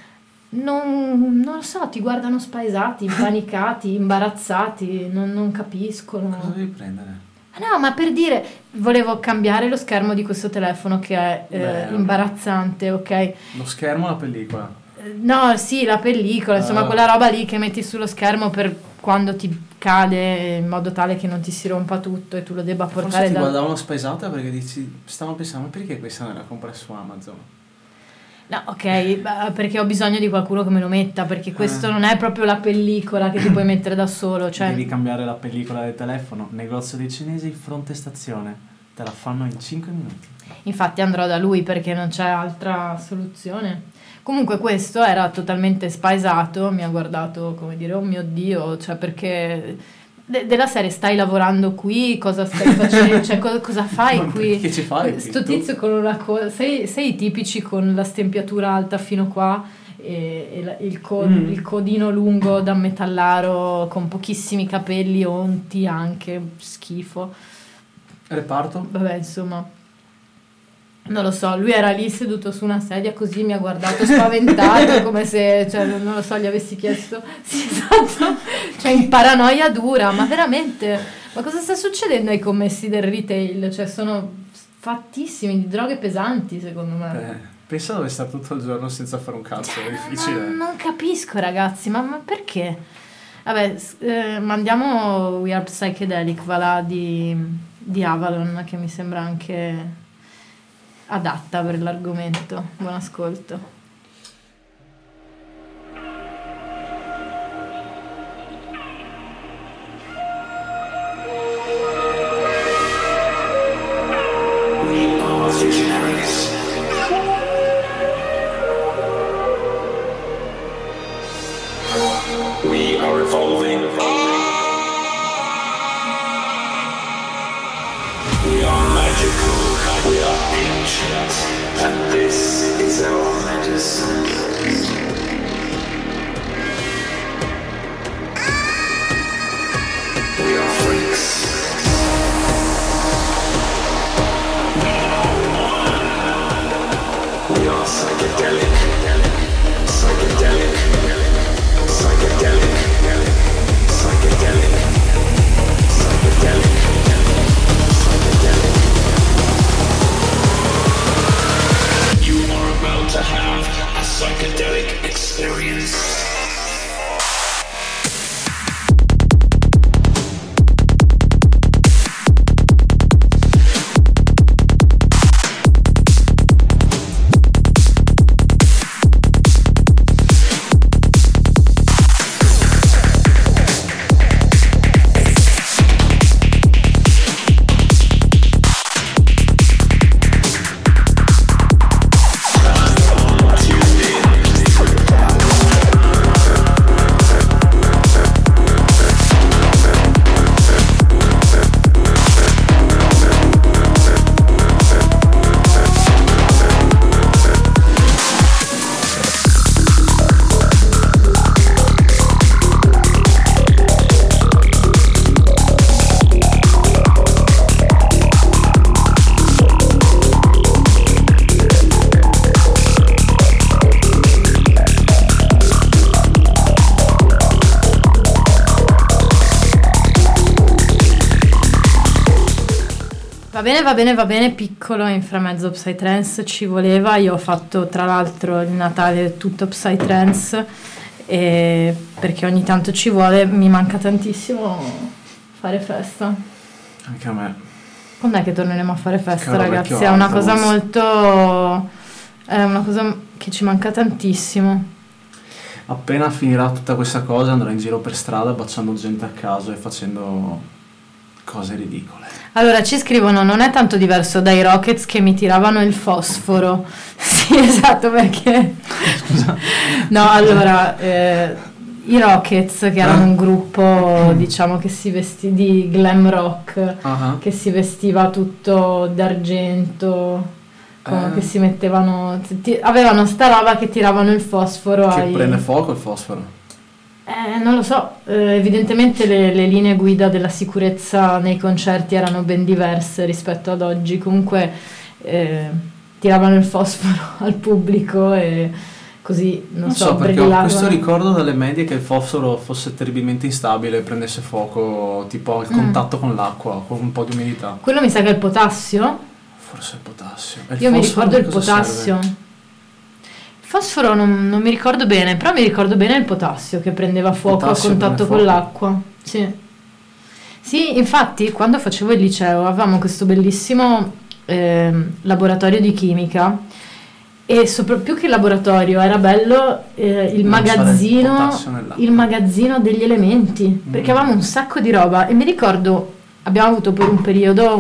non lo so, ti guardano spaesati, impanicati, imbarazzati, non capiscono. Cosa devi prendere? No, ma per dire, volevo cambiare lo schermo di questo telefono che è imbarazzante, ok? Lo schermo o la pellicola? No, sì, la pellicola, insomma, quella roba lì che metti sullo schermo per quando ti cade, in modo tale che non ti si rompa tutto e tu lo debba portare Forse ti da... guardavano spaesata perché stavano pensando, ma perché questa non la compra su Amazon? No, ok, perché ho bisogno di qualcuno che me lo metta, perché questo non è proprio la pellicola che ti puoi mettere da solo, cioè... Devi cambiare la pellicola del telefono, negozio dei cinesi, fronte stazione, te la fanno in 5 minuti. Infatti andrò da lui perché non c'è altra soluzione. Comunque questo era totalmente spaesato, mi ha guardato come dire, oh mio Dio, cioè perché della serie stai lavorando qui, cosa stai facendo, cioè cosa fai qui? Che ci fai qui, Sto tu? tizio con una sei i tipici con la stempiatura alta fino qua e il codino lungo da metallaro con pochissimi capelli, onti anche, schifo. Reparto? Vabbè, insomma, non lo so, lui era lì seduto su una sedia così, mi ha guardato spaventato come se, cioè, non lo so, gli avessi chiesto, sì, esatto, cioè in paranoia dura, ma veramente, ma cosa sta succedendo ai commessi del retail? Cioè sono fattissimi di droghe pesanti, secondo me. Pensa dove sta tutto il giorno senza fare un cazzo, è difficile. Non capisco, ragazzi, ma perché? Vabbè, mandiamo We Are Psychedelic, va là di Avalon, che mi sembra anche adatta per l'argomento. Buon ascolto. We are evolving. We are magical. We are ancient. And this is our medicine. We are freaks. We are psychedelic. Psychedelic. Va bene, piccolo inframezzo Psytrance ci voleva. Io ho fatto tra l'altro il Natale tutto Psytrance, perché ogni tanto ci vuole, mi manca tantissimo fare festa. Anche a me. Quando è che torneremo a fare festa, Caro ragazzi? vecchio È una Alfons. cosa molto... è una cosa che ci manca tantissimo. Appena finirà tutta questa cosa andrò in giro per strada baciando gente a caso e facendo cose ridicole. Allora, ci scrivono, non è tanto diverso dai Rockets che mi tiravano il fosforo. Sì, esatto, perché... Scusa. No, allora, i Rockets, che erano un gruppo, diciamo, che si vesti di glam rock, Ah. che si vestiva tutto d'argento, che si mettevano... avevano sta roba che tiravano il fosforo Che ai... prende fuoco il fosforo. Non lo so, evidentemente le linee guida della sicurezza nei concerti erano ben diverse rispetto ad oggi. Comunque tiravano il fosforo al pubblico e così, non so, perché ho brillavano. questo ricordo dalle medie che il fosforo fosse terribilmente instabile e prendesse fuoco tipo al contatto con l'acqua, con un po' di umidità. Quello mi sa che è il potassio. Forse il potassio. E il Io mi fosforo ricordo il cosa potassio. serve? Il fosforo non mi ricordo bene, però mi ricordo bene il potassio che prendeva fuoco a Potassio contatto prende con fuoco. l'acqua. Sì. Sì, infatti quando facevo il liceo avevamo questo bellissimo laboratorio di chimica e più che il laboratorio era bello il potassio magazzino degli elementi, perché avevamo un sacco di roba e mi ricordo abbiamo avuto per un periodo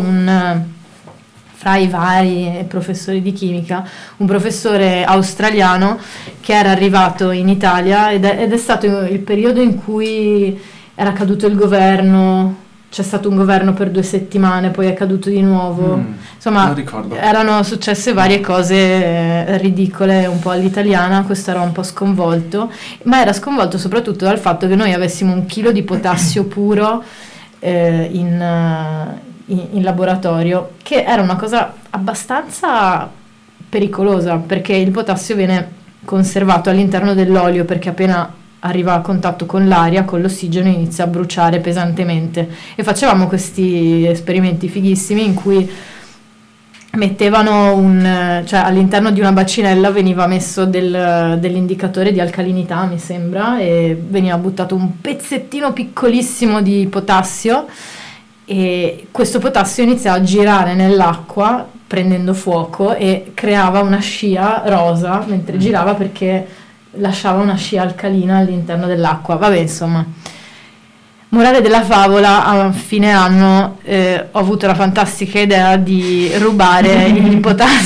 fra i vari professori di chimica, un professore australiano che era arrivato in Italia ed è stato il periodo in cui era caduto il governo, c'è stato un governo per 2 settimane, poi è caduto di nuovo, insomma non ricordo. erano successe varie cose ridicole un po' all'italiana, questo era un po' sconvolto, ma era sconvolto soprattutto dal fatto che noi avessimo 1 chilo di potassio puro in laboratorio, che era una cosa abbastanza pericolosa perché il potassio viene conservato all'interno dell'olio, perché appena arriva a contatto con l'aria, con l'ossigeno, inizia a bruciare pesantemente e facevamo questi esperimenti fighissimi in cui mettevano cioè all'interno di una bacinella veniva messo dell'indicatore di alcalinità, mi sembra, e veniva buttato un pezzettino piccolissimo di potassio e questo potassio iniziava a girare nell'acqua prendendo fuoco e creava una scia rosa mentre girava, perché lasciava una scia alcalina all'interno dell'acqua. Vabbè, insomma, morale della favola, a fine anno ho avuto la fantastica idea di rubare il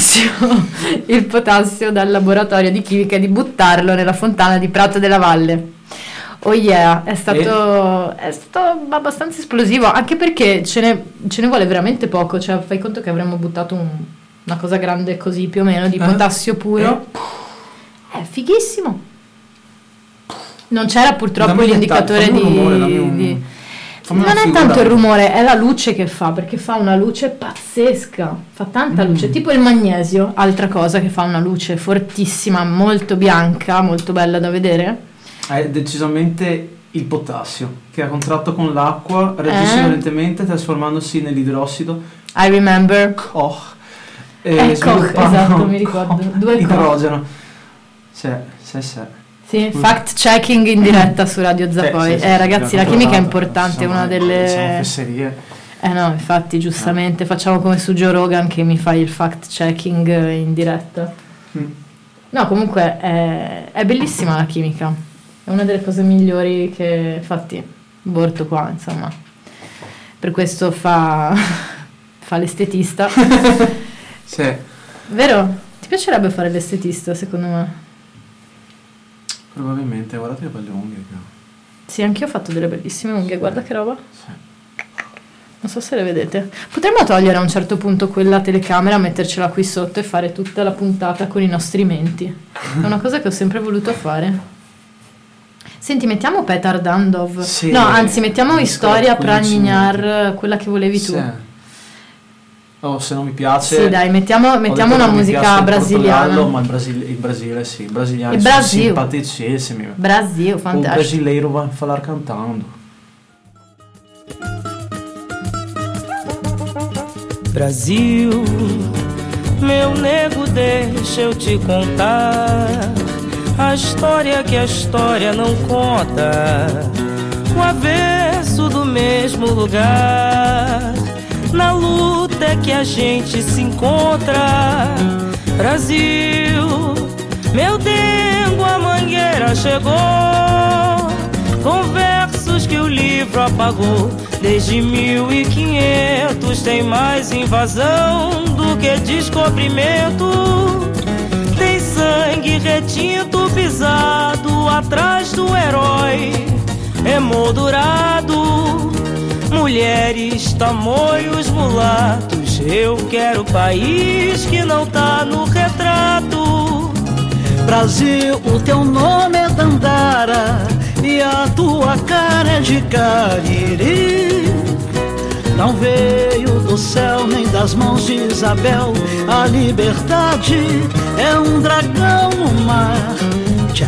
potassio dal laboratorio di chimica e di buttarlo nella fontana di Prato della Valle. Oh yeah, è stato abbastanza esplosivo, anche perché ce ne vuole veramente poco, cioè fai conto che avremmo buttato una cosa grande così più o meno di potassio puro. È fighissimo. Non c'era purtroppo Dammi l'indicatore fammi un rumore, dammi fammi una non è figura. tanto il rumore, è la luce che fa, perché fa una luce pazzesca, fa tanta luce, tipo il magnesio, altra cosa che fa una luce fortissima, molto bianca, molto bella da vedere. È decisamente il potassio che a contratto con l'acqua reagisce violentemente trasformandosi nell'idrossido I remember. Koch Koch, sviluppando esatto, mi ricordo. 2 Koch. idrogeno. Sì. Sì, fact checking in diretta su Radio Zapoi. Sì, ragazzi, la chimica è importante, è una sono delle... fesserie. No, infatti, giustamente, facciamo come su Joe Rogan che mi fa il fact checking in diretta. No, comunque è bellissima la chimica, è una delle cose migliori che, infatti, Borto qua, insomma, per questo fa l'estetista. Sì. Vero? Ti piacerebbe fare l'estetista, secondo me? Probabilmente, guardate le belle unghie che ho. Sì, anch'io ho fatto delle bellissime unghie, guarda che roba. Sì. Non so se le vedete. Potremmo togliere a un certo punto quella telecamera, mettercela qui sotto e fare tutta la puntata con i nostri menti. È una cosa che ho sempre voluto fare. Senti, mettiamo Petar Dandov. Sì, no, anzi, mettiamo Historia 15 Pragninar, quella che volevi tu. Sì. Oh, se non mi piace. Sì, dai, mettiamo ho detto una che mi musica piace il brasiliana. Portogallo, ma il Brasile sì, i brasiliani Il sono Brasil. simpaticissimi. Brasil, O fantastico. brasileiro vai falar cantando. Brasil, meu nego, deixa eu te contar a história que a história não conta, o avesso do mesmo lugar. Na luta é que a gente se encontra. Brasil, meu dengo, a mangueira chegou, com versos que o livro apagou. Desde 1500 tem mais invasão do que descobrimento. Tem sangue retinto pisado atrás do herói emoldurado. Mulheres, tamoios, mulatos. Eu quero país que não tá no retrato. Brasil, o teu nome é Dandara e a tua cara é de Cariri. Não veio do céu nem das mãos de Isabel. A liberdade é um dragão no mar de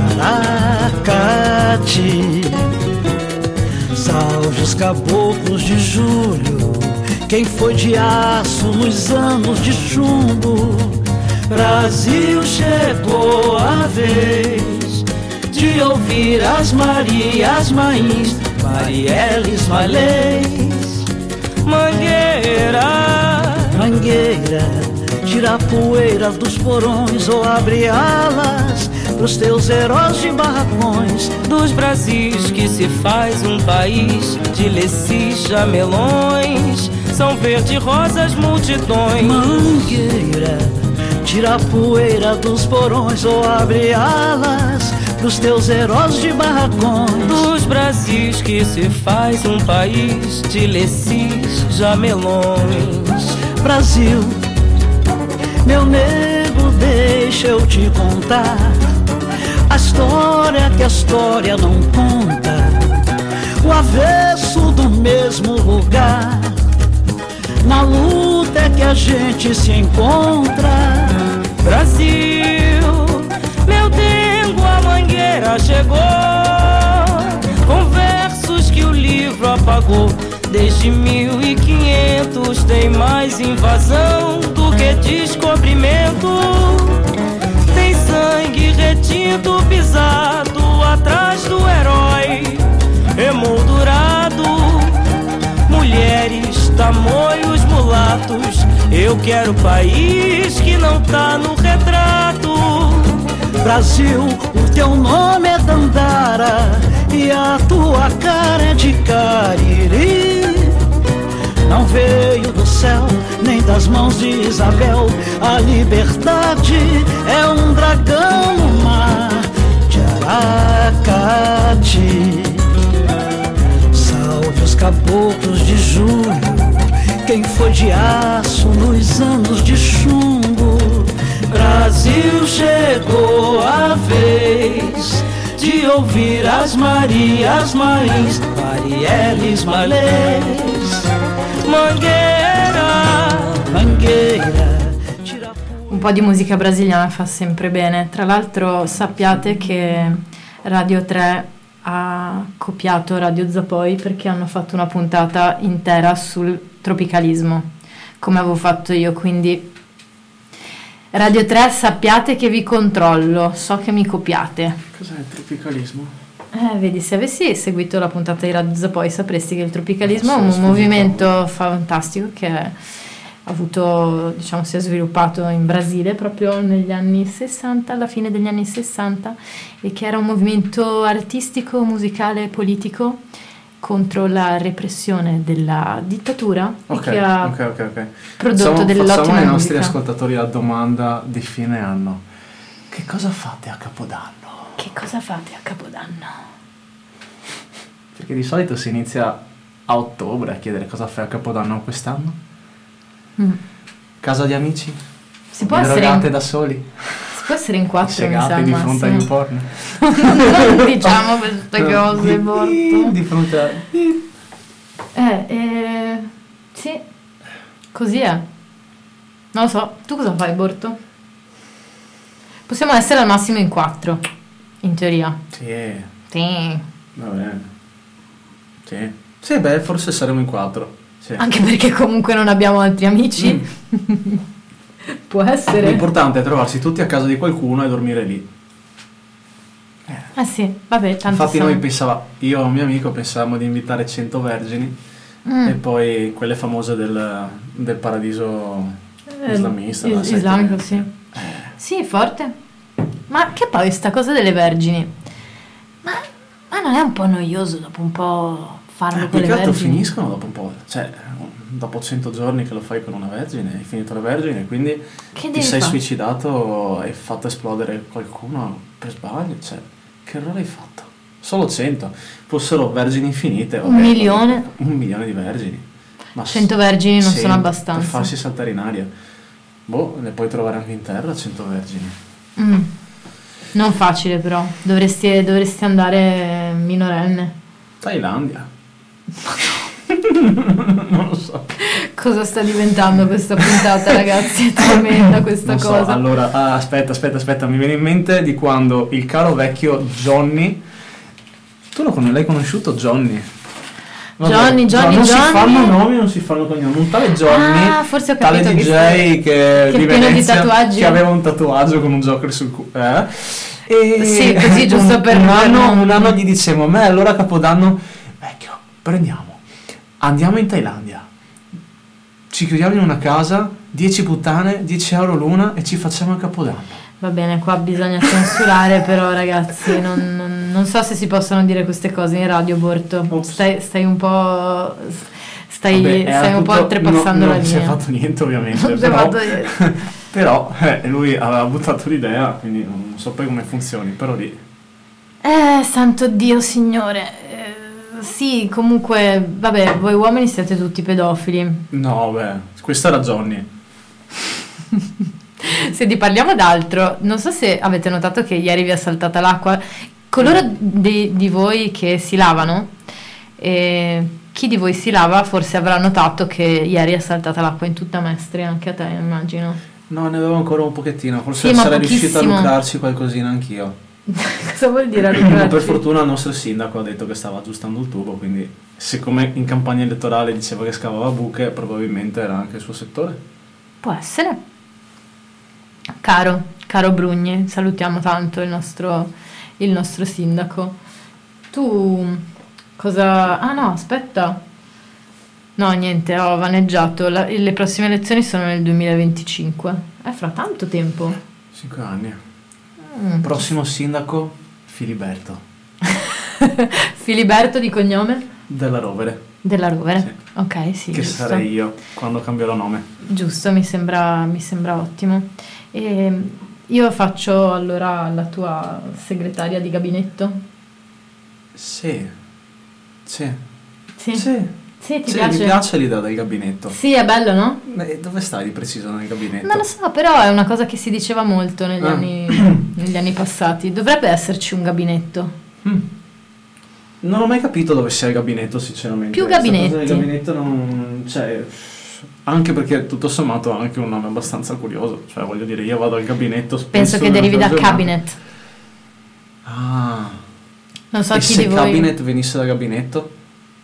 Aracati. Salve os caboclos de julho, quem foi de aço nos anos de chumbo. Brasil, chegou a vez de ouvir as Marias Mães, Marielles, Malês. Mangueira, mangueira, tira a poeira dos porões ou abre alas pros teus heróis de barracões. Dos Brasis que se faz um país de lecis, jamelões, são verde rosas multidões. Mangueira, tira a poeira dos porões ou abre alas pros teus heróis de barracões. Dos Brasis que se faz um país de lecis, jamelões. Brasil, meu nego, deixa eu te contar a história que a história não conta, o avesso do mesmo lugar. Na luta é que a gente se encontra. Brasil, meu dengo, a mangueira chegou, com versos que o livro apagou. Desde 1500 tem mais invasão do que descobrimento. Tem sangue retinto pisado atrás do herói emoldurado. Mulheres, tamoios, mulatos. Eu quero país que não tá no retrato. Brasil, o teu nome é Dandara e a tua cara é de Cariri. Não veio do céu nem das mãos de Isabel. A liberdade é um dragão no mar de Aracati. Salve os caboclos de julho, quem foi de aço nos anos de chumbo. Brasil, chegou a vez de ouvir as Marias Mães, Marielles, Malês. Mangueira, mangueira. Un po' di musica brasiliana fa sempre bene. Tra l'altro sappiate che Radio 3 ha copiato Radio Zapoi perché hanno fatto una puntata intera sul tropicalismo, come avevo fatto io, quindi Radio 3 sappiate che vi controllo, so che mi copiate. Cos'è il tropicalismo? Vedi, se avessi seguito la puntata di Radio Zapoi sapresti che il tropicalismo è un movimento fantastico che ha avuto, diciamo, si è sviluppato in Brasile proprio negli anni 60, alla fine degli anni 60, e che era un movimento artistico, musicale e politico contro la repressione della dittatura e che ha prodotto dell'ottima facciamo ai nostri musica. ascoltatori la domanda di fine anno: che cosa fate a Capodanno? Che cosa fate a Capodanno? Perché di solito si inizia a ottobre a chiedere cosa fai a Capodanno quest'anno. Casa di amici? Si può essere drogate da soli? Si può essere in quattro, mi sa, segate di fronte a un porno? Non diciamo queste cose, Borto. Di fronte a... Sì, così è. Non lo so, tu cosa fai, Borto? Possiamo essere al massimo in 4, in teoria. Sì. Sì. Va bene. Sì. Sì, beh, forse saremo in 4. Sì. Anche perché comunque non abbiamo altri amici. Può essere. L'importante è trovarsi tutti a casa di qualcuno e dormire lì. Sì, vabbè, tanto Infatti siamo- io e un mio amico pensavamo di invitare 100 vergini e poi quelle famose del paradiso islamista. la setta islamico, del- sì. Sì, forte. Ma che poi sta cosa delle vergini? Ma non è un po' noioso dopo un po' farlo con Più le che altro vergini? finiscono dopo un po', cioè dopo 100 giorni che lo fai con una vergine, hai finito la vergine, quindi Che ti devi sei fare? suicidato e hai fatto esplodere qualcuno per sbaglio, cioè che errore hai fatto? Solo 100, fossero vergini infinite. Un milione? 1 milione di vergini. Ma 100 vergini non 100 sono abbastanza. Per farsi saltare in aria. Boh, ne puoi trovare anche in terra 100 vergini. Non facile però, dovresti andare minorenne. Thailandia. Non lo so. Cosa sta diventando questa puntata, ragazzi? È tremenda questa Non so, cosa. allora, aspetta, mi viene in mente di quando il caro vecchio Johnny, l'hai conosciuto Johnny? Johnny. Non si fanno nomi, non si fanno cognomi. Un tale Johnny, Ah, forse ho tale capito DJ che che è di pieno di Venezia, tatuaggi. che aveva un tatuaggio con un Joker sul culo. E Sì, così, giusto per un non- anno gli dicevo, a me allora a Capodanno, vecchio, andiamo in Thailandia. Ci chiudiamo in una casa, 10 puttane, 10 euro l'una e ci facciamo il Capodanno. Va bene, qua bisogna censurare, però ragazzi, non so se si possono dire queste cose in radio, Borto. Ops. Stai un po'. Stai Vabbè, un po' tutto- oltrepassando la non si è linea. fatto niente ovviamente, Non si è però, fatto niente. però lui aveva buttato l'idea, quindi non so poi come funzioni, però lì. Santo Dio, signore. Sì, comunque, vabbè, voi uomini siete tutti pedofili. No, beh, questo era Johnny. Senti, parliamo d'altro. Non so se avete notato che ieri vi è saltata l'acqua. Coloro di voi che si lavano, chi di voi si lava forse avrà notato che ieri è saltata l'acqua in tutta Mestre, anche a te, immagino. No, ne avevo ancora un pochettino, forse Sì, ma sarei riuscito a pochissimo. lucrarci qualcosina anch'io. Cosa vuol dire Ma lucrarci? per fortuna il nostro sindaco ha detto che stava aggiustando il tubo, quindi siccome in campagna elettorale diceva che scavava buche, probabilmente era anche il suo settore. Può essere. Caro Brugni, salutiamo tanto il nostro sindaco. Tu cosa... Ah no, aspetta. No, niente, ho vaneggiato. Le prossime elezioni sono nel 2025. È fra tanto tempo. 5 anni. Prossimo sindaco, Filiberto, Filiberto di cognome? della Rovere, Della Rovere. Sì. Ok, sì, che giusto. sarei io quando cambierò nome. Giusto, mi sembra ottimo. Io faccio allora la tua segretaria di gabinetto? Sì. Sì? Sì. Sì, ti Sì, piace? mi piace l'idea del gabinetto. Sì, è bello, no? Dove stai di preciso nel gabinetto? Non lo so, però è una cosa che si diceva molto negli anni passati. Dovrebbe esserci un gabinetto. Non ho mai capito dove sia il gabinetto, sinceramente. Più Questa gabinetti. cosa del gabinetto non... Cioè, anche perché tutto sommato ha anche un nome abbastanza curioso. Cioè, voglio dire, io vado al gabinetto spesso Penso che derivi da nella giornata. cabinet. Ah. Non so E chi se di voi... cabinet venisse da gabinetto?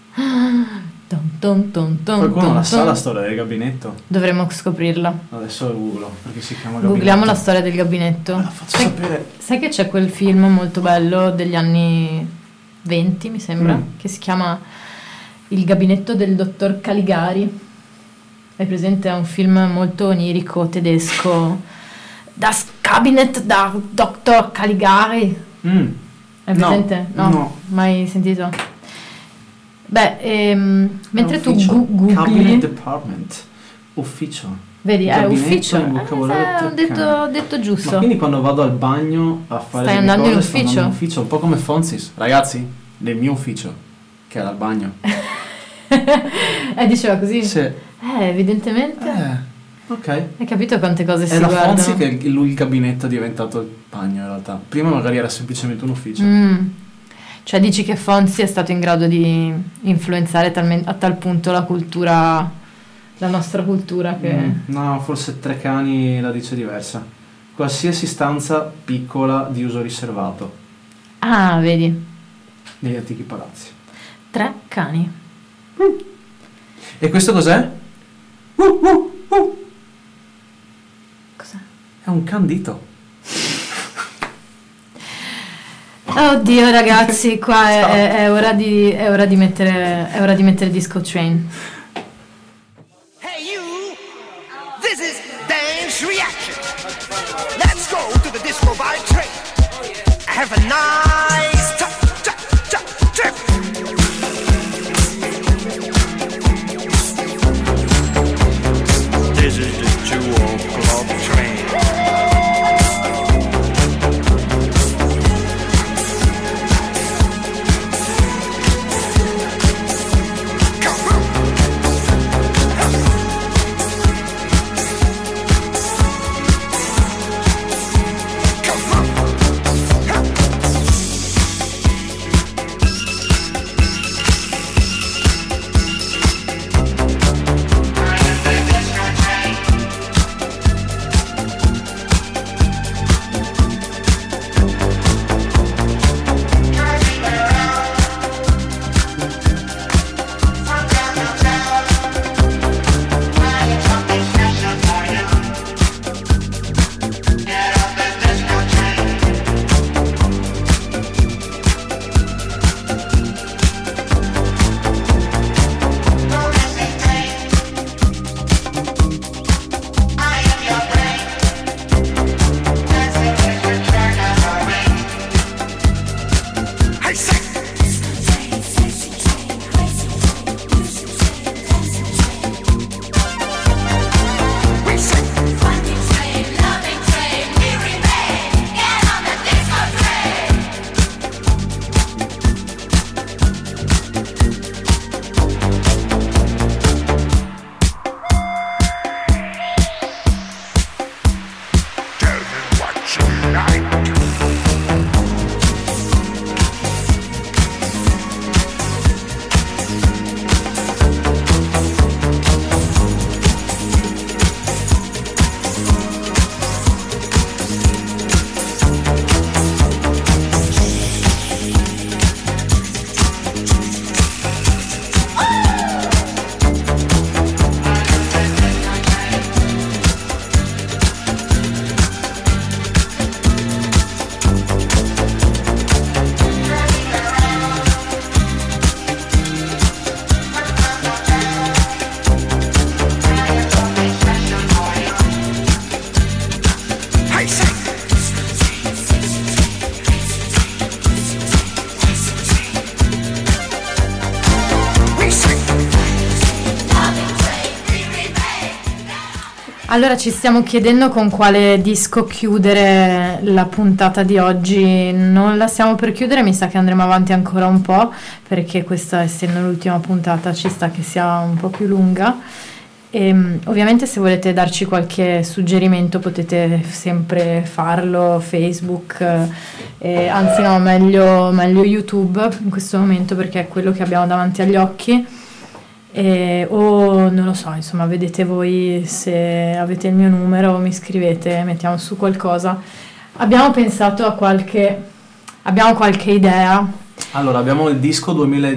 Qualcuno la sa la storia del gabinetto? Dovremmo scoprirla. Adesso googlo, perché si chiama gabinetto. Googliamo la storia del gabinetto. La faccio sapere. Sai che c'è quel film molto bello degli anni 20, mi sembra, che si chiama Il gabinetto del dottor Caligari. Hai presente? È un film molto onirico tedesco. Das Cabinet da Dr. Caligari. Hai presente? No. Mai sentito? Beh, mentre tu Ufficio. googli... Cabinet Department. Ufficio. Vedi, è Gabinetto ufficio. in vocabolario Ho detto Ma giusto. quindi quando vado al bagno a fare Stai le mie andando in cose, sto ufficio? andando in ufficio, un po' come Fonzis. Ragazzi, nel mio ufficio, che era al bagno. Diceva così? Sì. Evidentemente. Ok. Hai capito quante cose si È da guardano? Fonzi che il gabinetto è diventato il bagno in realtà. Prima magari era semplicemente un ufficio. Cioè dici che Fonzi è stato in grado di influenzare a tal punto la cultura, la nostra cultura che... No, forse Treccani la dice diversa. Qualsiasi stanza piccola di uso riservato Ah, vedi. negli antichi palazzi. 3 cani. E questo cos'è? Cos'è? È un candito. Oddio ragazzi, qua è ora di mettere Disco Train. Hey you, this is Dance Reaction. Let's go to the disco vibe train. Have a nice trip. This is the 2 o'clock train. Allora ci stiamo chiedendo con quale disco chiudere la puntata di oggi. Non la stiamo per chiudere, mi sa che andremo avanti ancora un po', perché questa, essendo l'ultima puntata, ci sta che sia un po' più lunga. E ovviamente se volete darci qualche suggerimento potete sempre farlo, Facebook, anzi no, meglio YouTube in questo momento, perché è quello che abbiamo davanti agli occhi. O non lo so, insomma, vedete voi, se avete il mio numero mi scrivete, mettiamo su qualcosa. Abbiamo pensato abbiamo qualche idea. Allora, abbiamo il disco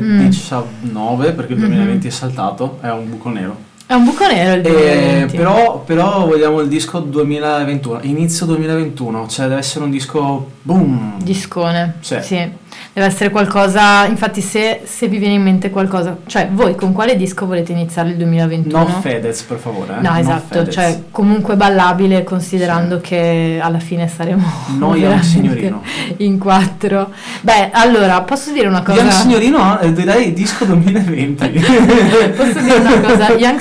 2019 perché il 2020 è saltato, è un buco nero. È un buco nero il 2020. Però vogliamo il disco 2021, inizio 2021, cioè deve essere un disco boom. Discone, sì. Deve essere qualcosa, infatti se vi viene in mente qualcosa, cioè voi con quale disco volete iniziare il 2021? No Fedez, per favore. No, esatto, cioè comunque ballabile, considerando che alla fine saremo Young Signorino in 4. Beh, allora, posso dire una cosa? Young Signorino, direi disco 2020. Posso dire una cosa? Young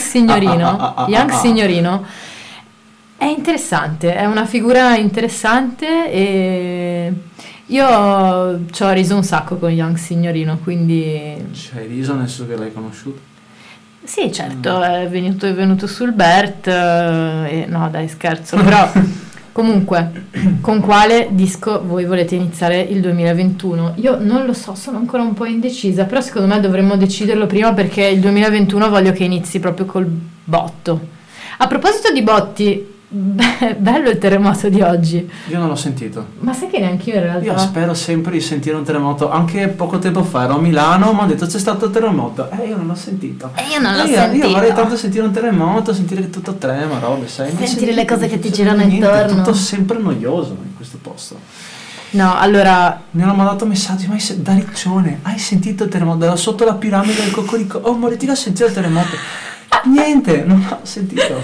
Signorino è interessante, è una figura interessante e io ci ho riso un sacco con Young Signorino, quindi... Ci hai riso nel senso che l'hai conosciuto? Sì, certo, è venuto sul Bert, no dai scherzo, però comunque con quale disco voi volete iniziare il 2021? Io non lo so, sono ancora un po' indecisa, però secondo me dovremmo deciderlo prima, perché il 2021 voglio che inizi proprio col botto. A proposito di botti, bello il terremoto di oggi. Io non l'ho sentito. Ma sai che neanche io in realtà. Io spero sempre di sentire un terremoto. Anche poco tempo fa ero a Milano, mi hanno detto c'è stato il terremoto. Io non l'ho sentito. Io non l'ho sentito. Io vorrei tanto sentire un terremoto, sentire che tutto trema, robe, sai? Sentire le cose che ti girano niente, intorno. È tutto sempre noioso in questo posto. No, allora. Mi hanno mandato messaggi, ma da Riccione, hai sentito il terremoto? Ero sotto la piramide del Cocorico. Oh, moriti a sentire il terremoto. Niente, non l'ho sentito.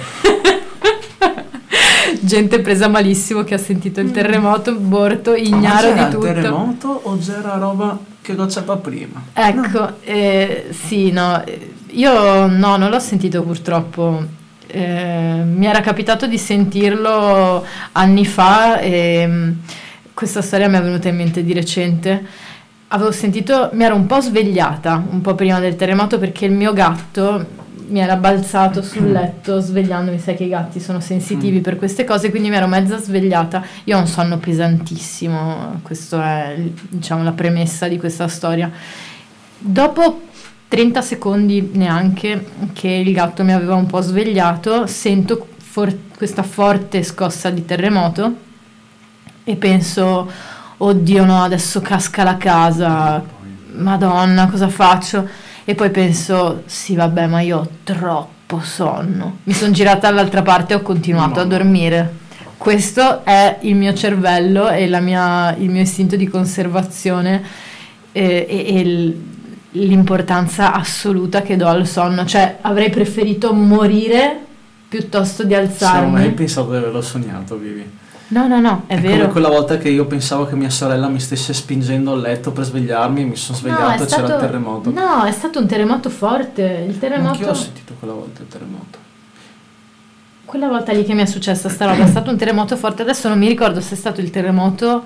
Gente presa malissimo che ha sentito il terremoto, morto, ignaro di tutto. Ma c'era il terremoto o c'era roba che non c'era prima? Ecco, no. Sì, no, io no, non l'ho sentito purtroppo. Mi era capitato di sentirlo anni fa e questa storia mi è venuta in mente di recente. Avevo sentito, mi ero un po' svegliata un po' prima del terremoto perché il mio gatto mi era balzato sul letto svegliandomi, sai che i gatti sono sensitivi per queste cose, quindi mi ero mezza svegliata. Io ho un sonno pesantissimo, questo è, diciamo, la premessa di questa storia. Dopo 30 secondi neanche che il gatto mi aveva un po' svegliato, sento questa forte scossa di terremoto e penso, oddio no, adesso casca la casa, Madonna, cosa faccio? E poi penso, sì vabbè, ma io ho troppo sonno. Mi sono girata dall'altra parte e ho continuato a dormire. Questo è il mio cervello e il mio istinto di conservazione e l'importanza assoluta che do al sonno. Cioè, avrei preferito morire piuttosto di alzarmi. Se non hai pensato di averlo sognato, Vivi. No, è vero. Come quella volta che io pensavo che mia sorella mi stesse spingendo al letto per svegliarmi, mi sono svegliato e c'era il terremoto. No, è stato un terremoto forte. Il terremoto. Anch'io ho sentito quella volta il terremoto. Quella volta lì che mi è successa sta roba è stato un terremoto forte. Adesso non mi ricordo se è stato il terremoto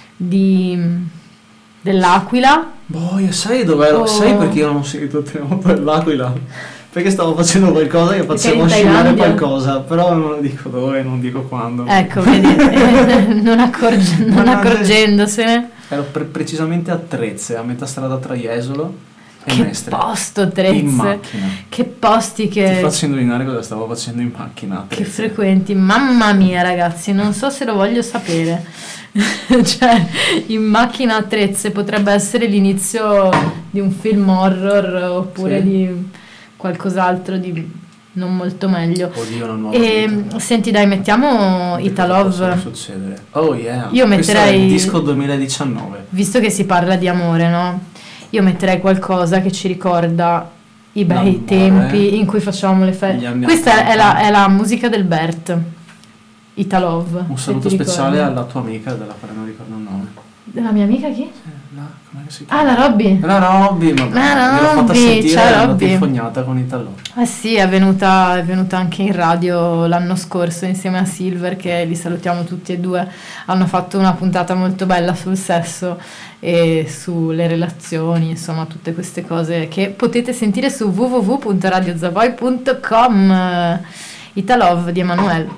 dell'Aquila. Boh, io sai dov'ero? Sai perché io non ho sentito il terremoto dell'Aquila? Perché stavo facendo qualcosa che facevo oscillare qualcosa, però non dico dove, non dico quando. Ecco, vedi, non accorgendosene. Ero precisamente a Trezze, a metà strada tra Jesolo e che Mestre. Posto Trezze, in macchina. Che posti che... Ti faccio indovinare cosa stavo facendo in macchina. Che frequenti, mamma mia ragazzi, non so se lo voglio sapere. Cioè, in macchina a Trezze potrebbe essere l'inizio di un film horror oppure di qualcos'altro di non molto meglio. Oddio, una nuova vita. Senti, dai, mettiamo Italove. Succedere. Oh yeah. Io metterei questo è il disco 2019. Visto che si parla di amore, no? Io metterei qualcosa che ci ricorda i bei tempi in cui facevamo le feste. Questa è la musica del Bert. Italove. Un saluto speciale alla tua amica, della quale non ricordo il nome. Della mia amica chi? Come si chiama? La Robby. La Robby, ma l'ho fatta sentire la infognata con Italove. Sì, è venuta anche in radio l'anno scorso insieme a Silver, che li salutiamo tutti e due. Hanno fatto una puntata molto bella sul sesso e sulle relazioni, insomma tutte queste cose che potete sentire su www.radiozavoy.com. Italove di Emanuele.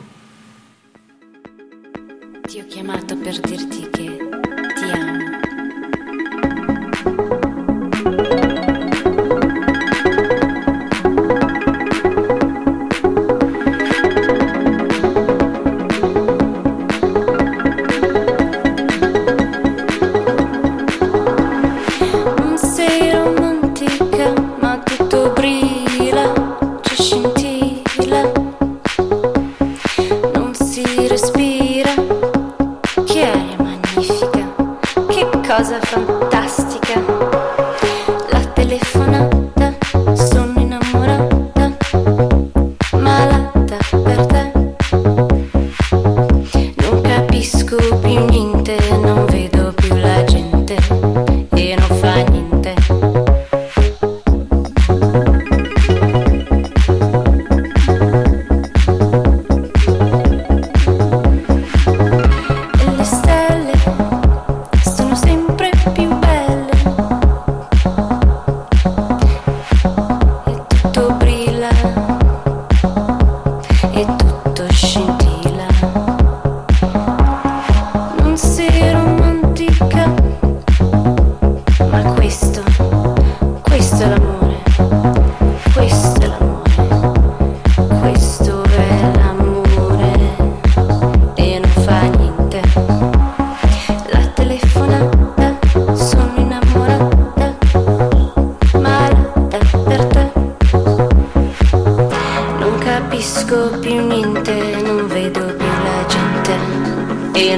Ti ho chiamato per dirti che ti amo. Sei romantica, ma tutto brilla, ci scintilla, non si respira, che aria magnifica.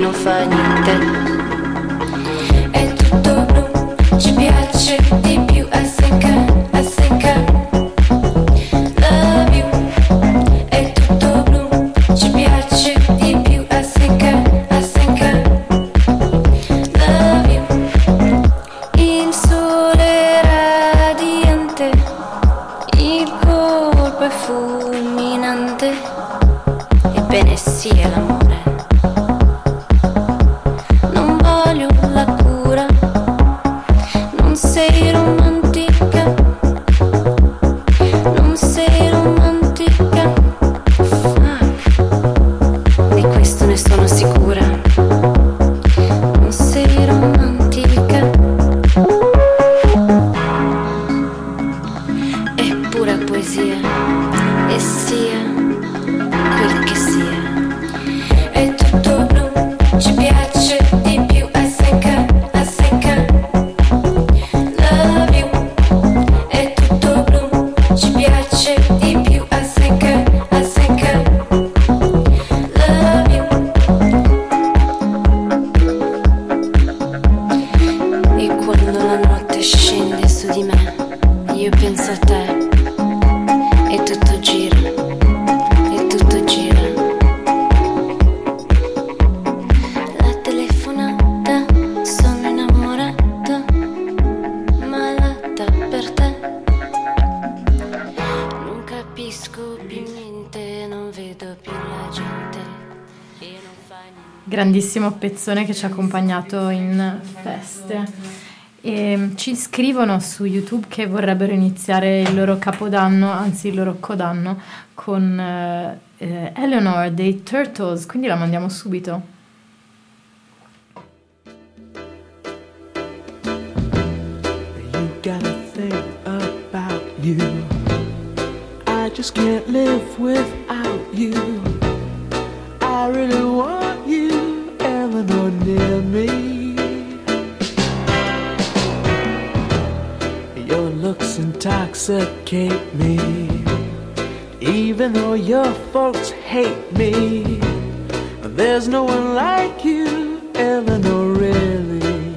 non fa niente. È tutto blu, ci piace di più a secca. Love you. È tutto blu, ci piace di più a secca. Love you. Il sole radiante, il colpo è fulminante. Ebbene sì, è l'amore. Non voglio la cura, non sei romantica, non sei romantica. Di questo ne sono sicura, non sei romantica. È pura poesia, e sia quel che sia. È tutto blu, ci piace di più a secca. Love you. È tutto blu, ci piace di più a secca. Love you. E quando la notte scende su di me, io penso a te. E tutto gira, e tutto gira. La telefonata, sono innamorata, malata per te. Non capisco più niente, non vedo più la gente e non fa niente. Grandissimo pezzone che ci ha accompagnato in feste. E ci scrivono su YouTube che vorrebbero iniziare il loro capodanno, anzi il loro codanno, con Eleanor dei Turtles, quindi la mandiamo subito. You gotta think about you. I just can't live without you. I really want you, Eleanor, near me. Your looks intoxicate me, even though your folks hate me. There's no one like you, Eleanor, really.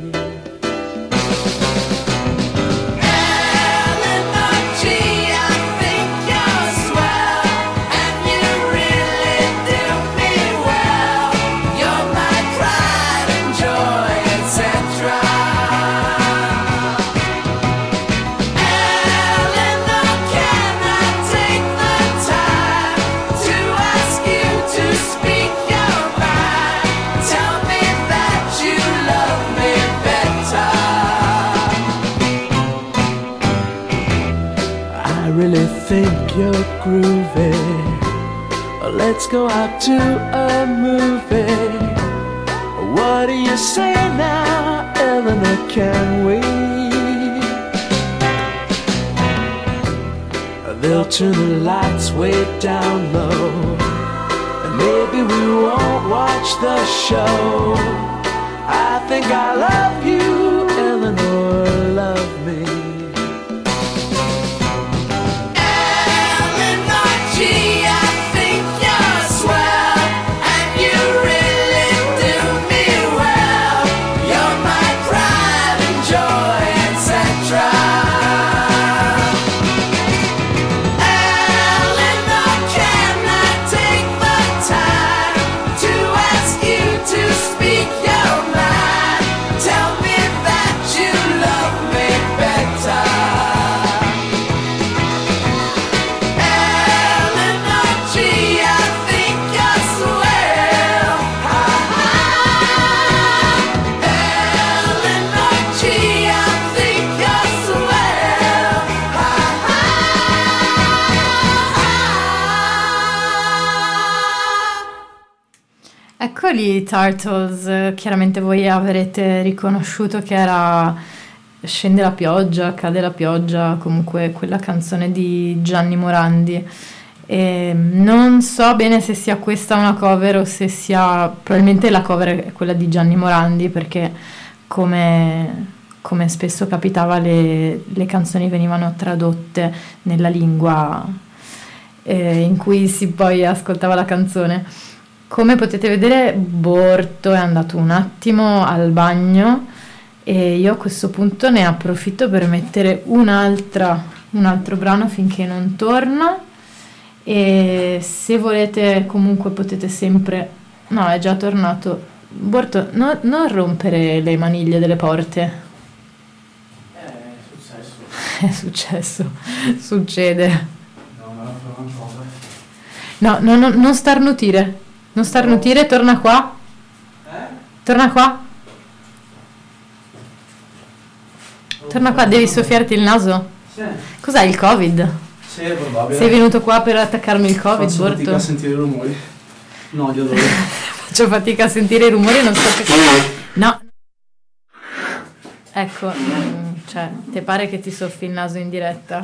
Really think you're groovy. Let's go out to a movie. What do you say now, Eleanor, can we? They'll turn the lights way down low, and maybe we won't watch the show. I think I love you, Eleanor, love me. Eccoli i Turtles, chiaramente voi avrete riconosciuto che era Scende la pioggia, cade la pioggia, comunque quella canzone di Gianni Morandi. E non so bene se sia questa una cover o se sia, probabilmente la cover è quella di Gianni Morandi, perché come spesso capitava le canzoni venivano tradotte nella lingua in cui si poi ascoltava la canzone. Come potete vedere, Borto è andato un attimo al bagno e io a questo punto ne approfitto per mettere un altro brano finché non torna. E se volete comunque potete sempre... No, è già tornato. Borto, non rompere le maniglie delle porte. È successo. Succede. No, ma era una cosa. No, non starnutire. Non starnutire, torna qua. Torna qua. Torna qua, devi soffiarti il naso. Sì. Cos'è il Covid? Sì, è probabile. Sei venuto qua per attaccarmi il Covid, Faccio fatica Borto? a sentire i rumori. No, gli odori. Faccio fatica a sentire i rumori e non so che... No. Ecco, cioè, te pare che ti soffi il naso in diretta?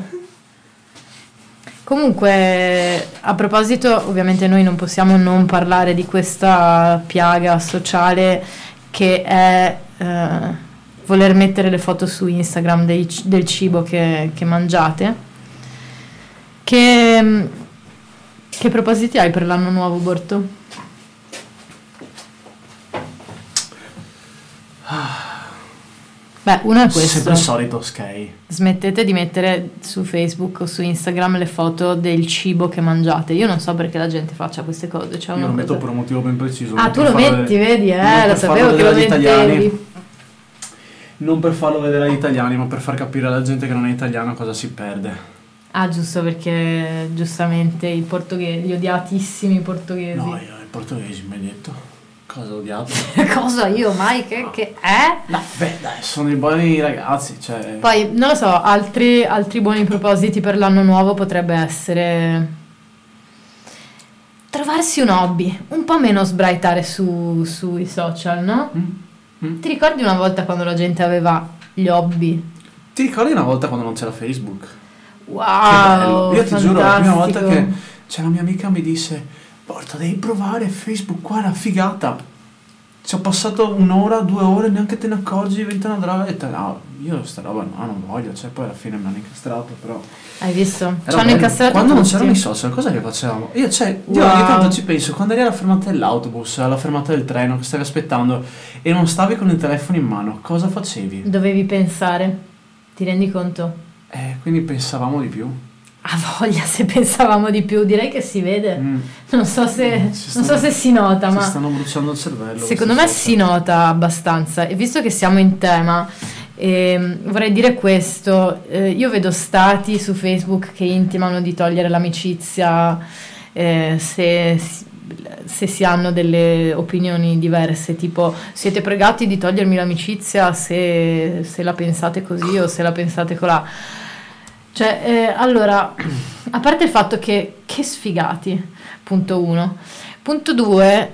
Comunque, a proposito, ovviamente noi non possiamo non parlare di questa piaga sociale che è voler mettere le foto su Instagram del cibo che mangiate. Che propositi hai per l'anno nuovo, Borto? Beh, uno è questo. Sempre il solito Sky. Smettete di mettere su Facebook o su Instagram le foto del cibo che mangiate. Io non so perché la gente faccia queste cose. Cioè Io lo una metto cosa... per un motivo ben preciso. Ah, tu lo metti, vedi? Lo sapevo che lo mettevi. Non per farlo vedere agli italiani, ma per far capire alla gente che non è italiana cosa si perde. Ah, giusto, perché giustamente i portoghesi, gli odiatissimi portoghesi. No, io i portoghesi mi hai detto. Cosa odiato? Cosa io mai? Che è? No, beh, dai, sono i buoni ragazzi, cioè... Poi, non lo so, altri buoni propositi per l'anno nuovo potrebbe essere trovarsi un hobby, un po' meno sbraitare sui social, no? Ti ricordi una volta quando la gente aveva gli hobby? Ti ricordi una volta quando non c'era Facebook? Wow, che bello. Io ti giuro, la prima volta fantastico. che c'è la mia amica mi disse porta, devi provare Facebook, qua è una figata. Ci ho passato 1 ora, 2 ore, neanche te ne accorgi, diventa una droga. E no, io sta roba no, non voglio, cioè poi alla fine mi hanno incastrato, però... Hai visto? Era Ci hanno bello. incastrato quando non tutti. c'erano i social, cosa che facevamo? Io Wow. ogni tanto ci penso, quando eri alla fermata dell'autobus, alla fermata del treno, che stavi aspettando e non stavi con il telefono in mano, cosa facevi? Dovevi pensare, ti rendi conto? Quindi pensavamo di più. A voglia, se pensavamo di più, direi che si vede. Non so se si nota, ma si stanno bruciando il cervello. secondo me si nota abbastanza. E visto che siamo in tema, vorrei dire questo: io vedo stati su Facebook che intimano di togliere l'amicizia se si hanno delle opinioni diverse, tipo siete pregati di togliermi l'amicizia se la pensate così o se la pensate colà. Cioè, allora, a parte il fatto che sfigati, punto 1. Punto 2,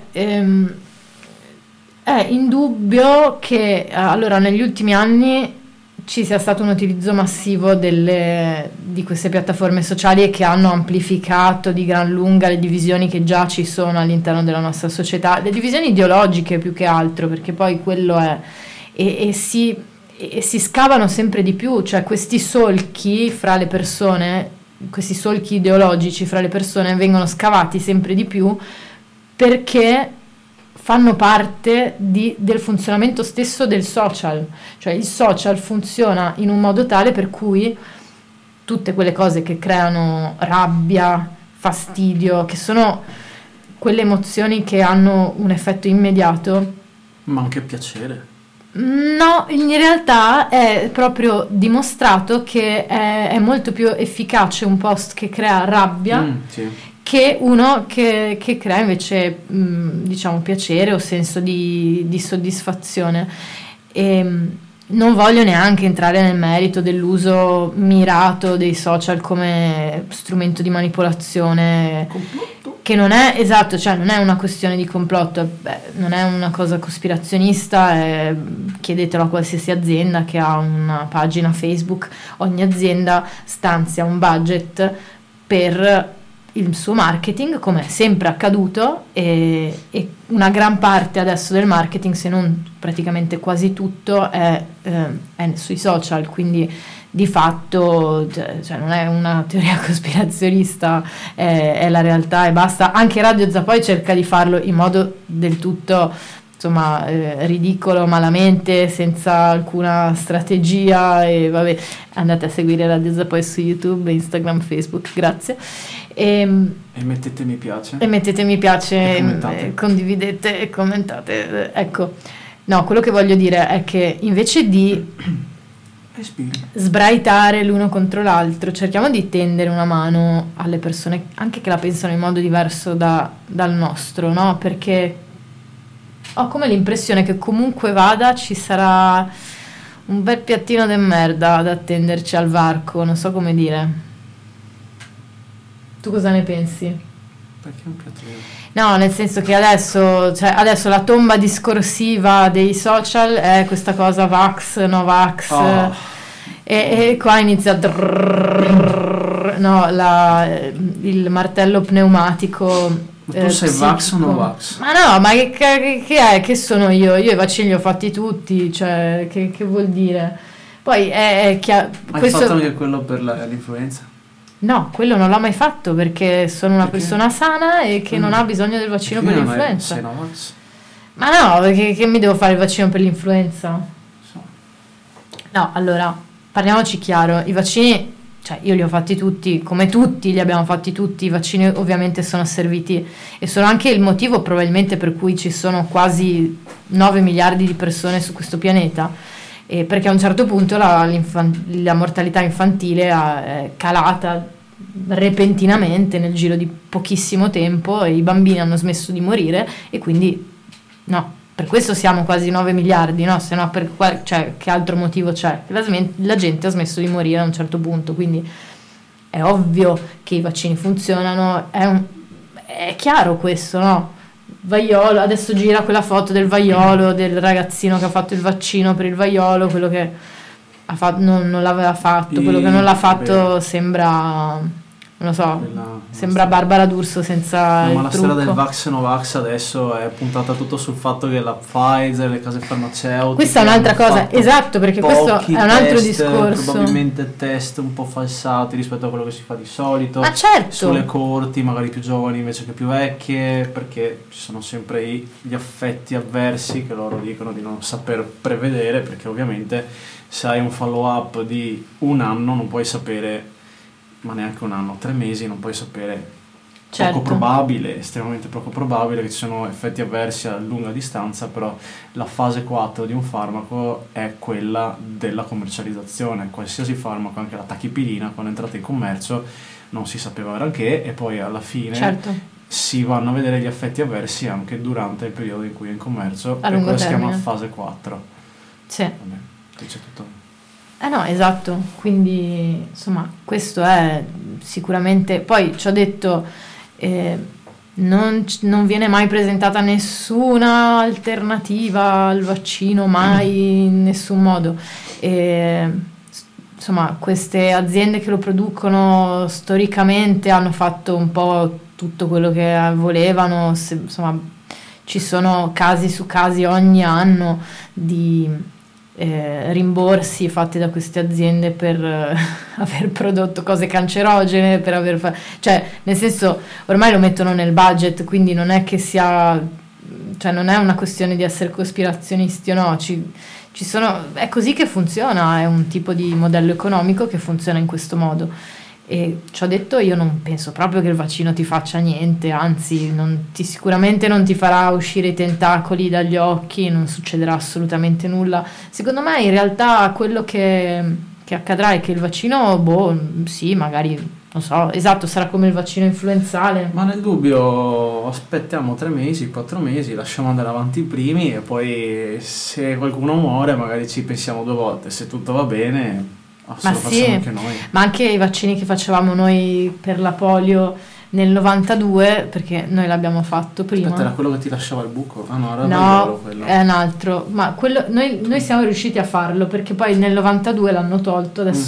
è indubbio che, allora, negli ultimi anni ci sia stato un utilizzo massivo di queste piattaforme sociali e che hanno amplificato di gran lunga le divisioni che già ci sono all'interno della nostra società, le divisioni ideologiche più che altro, perché poi quello è, e si scavano sempre di più, cioè questi solchi fra le persone, questi solchi ideologici fra le persone vengono scavati sempre di più perché fanno parte del funzionamento stesso del social, cioè il social funziona in un modo tale per cui tutte quelle cose che creano rabbia, fastidio, che sono quelle emozioni che hanno un effetto immediato, ma anche piacere. No, in realtà è proprio dimostrato che è molto più efficace un post che crea rabbia Sì. che uno che crea invece diciamo piacere o senso di soddisfazione. E non voglio neanche entrare nel merito dell'uso mirato dei social come strumento di manipolazione, che non è esatto, cioè non è una questione di complotto, non è una cosa cospirazionista, chiedetelo a qualsiasi azienda che ha una pagina Facebook. Ogni azienda stanzia un budget per il suo marketing, come è sempre accaduto, e una gran parte adesso del marketing, se non praticamente quasi tutto, è sui social, quindi di fatto, cioè non è una teoria cospirazionista, è la realtà e basta. Anche Radio Zappoi cerca di farlo in modo del tutto, insomma, ridicolo, malamente, senza alcuna strategia, e vabbè, andate a seguire Radio Zappoi su YouTube, Instagram, Facebook, grazie. E mettete mi piace. E mettete mi piace, commentate. condividete e commentate. Ecco, no, quello che voglio dire è che invece di sbraitare l'uno contro l'altro, cerchiamo di tendere una mano alle persone anche che la pensano in modo diverso dal nostro, no? Perché ho come l'impressione che comunque vada ci sarà un bel piattino de merda ad attenderci al varco, non so come dire. Tu cosa ne pensi? Perché un piattino? No, nel senso che adesso la tomba discorsiva dei social è questa cosa vax, no vax, e qua inizia il martello pneumatico. Ma tu sei vax o no vax? Ma no, ma che è? Che sono io? Io i vaccini li ho fatti tutti, cioè che vuol dire? Poi è chiaro. Hai fatto anche quello per l'influenza? No, quello non l'ho mai fatto perché sono una persona sana e che non ha bisogno del vaccino per l'influenza. Sei Novax? Ma no, perché che mi devo fare il vaccino per l'influenza? No, allora, parliamoci chiaro, i vaccini, cioè io li ho fatti tutti, come tutti li abbiamo fatti tutti, i vaccini ovviamente sono serviti e sono anche il motivo probabilmente per cui ci sono quasi 9 miliardi di persone su questo pianeta. Perché a un certo punto la mortalità infantile è calata repentinamente nel giro di pochissimo tempo e i bambini hanno smesso di morire e quindi no, per questo siamo quasi 9 miliardi, no? Se no cioè, che altro motivo c'è? La gente ha smesso di morire a un certo punto, quindi è ovvio che i vaccini funzionano, è chiaro questo, no? Vaiolo, adesso gira quella foto del vaiolo, del ragazzino che ha fatto il vaccino per il vaiolo, quello che ha fatto, non l'aveva fatto, quello che non l'ha fatto sembra, non lo so, sembra Barbara D'Urso senza il ma la trucco. storia del vax e no vax adesso è puntata tutto sul fatto che la Pfizer, le case farmaceutiche, questa è un'altra cosa, esatto, perché questo è un altro discorso, probabilmente test un po' falsati rispetto a quello che si fa di solito, ma certo, sulle corti magari più giovani invece che più vecchie, perché ci sono sempre gli effetti avversi che loro dicono di non saper prevedere, perché ovviamente se hai un follow up di un anno non puoi sapere, ma neanche un anno, 3 mesi non puoi sapere. Certo. Poco probabile, estremamente poco probabile che ci siano effetti avversi a lunga distanza, però la fase 4 di un farmaco è quella della commercializzazione. Qualsiasi farmaco, anche la tachipirina, quando è entrata in commercio non si sapeva granché e poi alla fine si vanno a vedere gli effetti avversi anche durante il periodo in cui è in commercio, e quello si chiama fase 4. Sì. Vabbè, qui c'è tutto. No, esatto, quindi insomma questo è sicuramente, poi ci ho detto non viene mai presentata nessuna alternativa al vaccino, mai in nessun modo, insomma queste aziende che lo producono storicamente hanno fatto un po' tutto quello che volevano, insomma ci sono casi su casi ogni anno di rimborsi fatti da queste aziende per aver prodotto cose cancerogene, per cioè nel senso ormai lo mettono nel budget, quindi non è che sia, cioè non è una questione di essere cospirazionisti o no, ci sono, è così che funziona, è un tipo di modello economico che funziona in questo modo. E ci ho detto, io non penso proprio che il vaccino ti faccia niente, anzi sicuramente non ti farà uscire i tentacoli dagli occhi, non succederà assolutamente nulla. Secondo me in realtà quello che accadrà è che il vaccino, sì, magari, non so, esatto, sarà come il vaccino influenzale. Ma nel dubbio aspettiamo 3 mesi, 4 mesi, lasciamo andare avanti i primi e poi se qualcuno muore magari ci pensiamo 2 volte, se tutto va bene. Ma sì, anche noi. Ma anche i vaccini che facevamo noi per la polio nel 92, perché noi l'abbiamo fatto prima. Aspetta, era quello che ti lasciava il buco? Ah no, era no, quello. È un altro, ma quello noi siamo riusciti a farlo perché poi nel 92 l'hanno tolto, adesso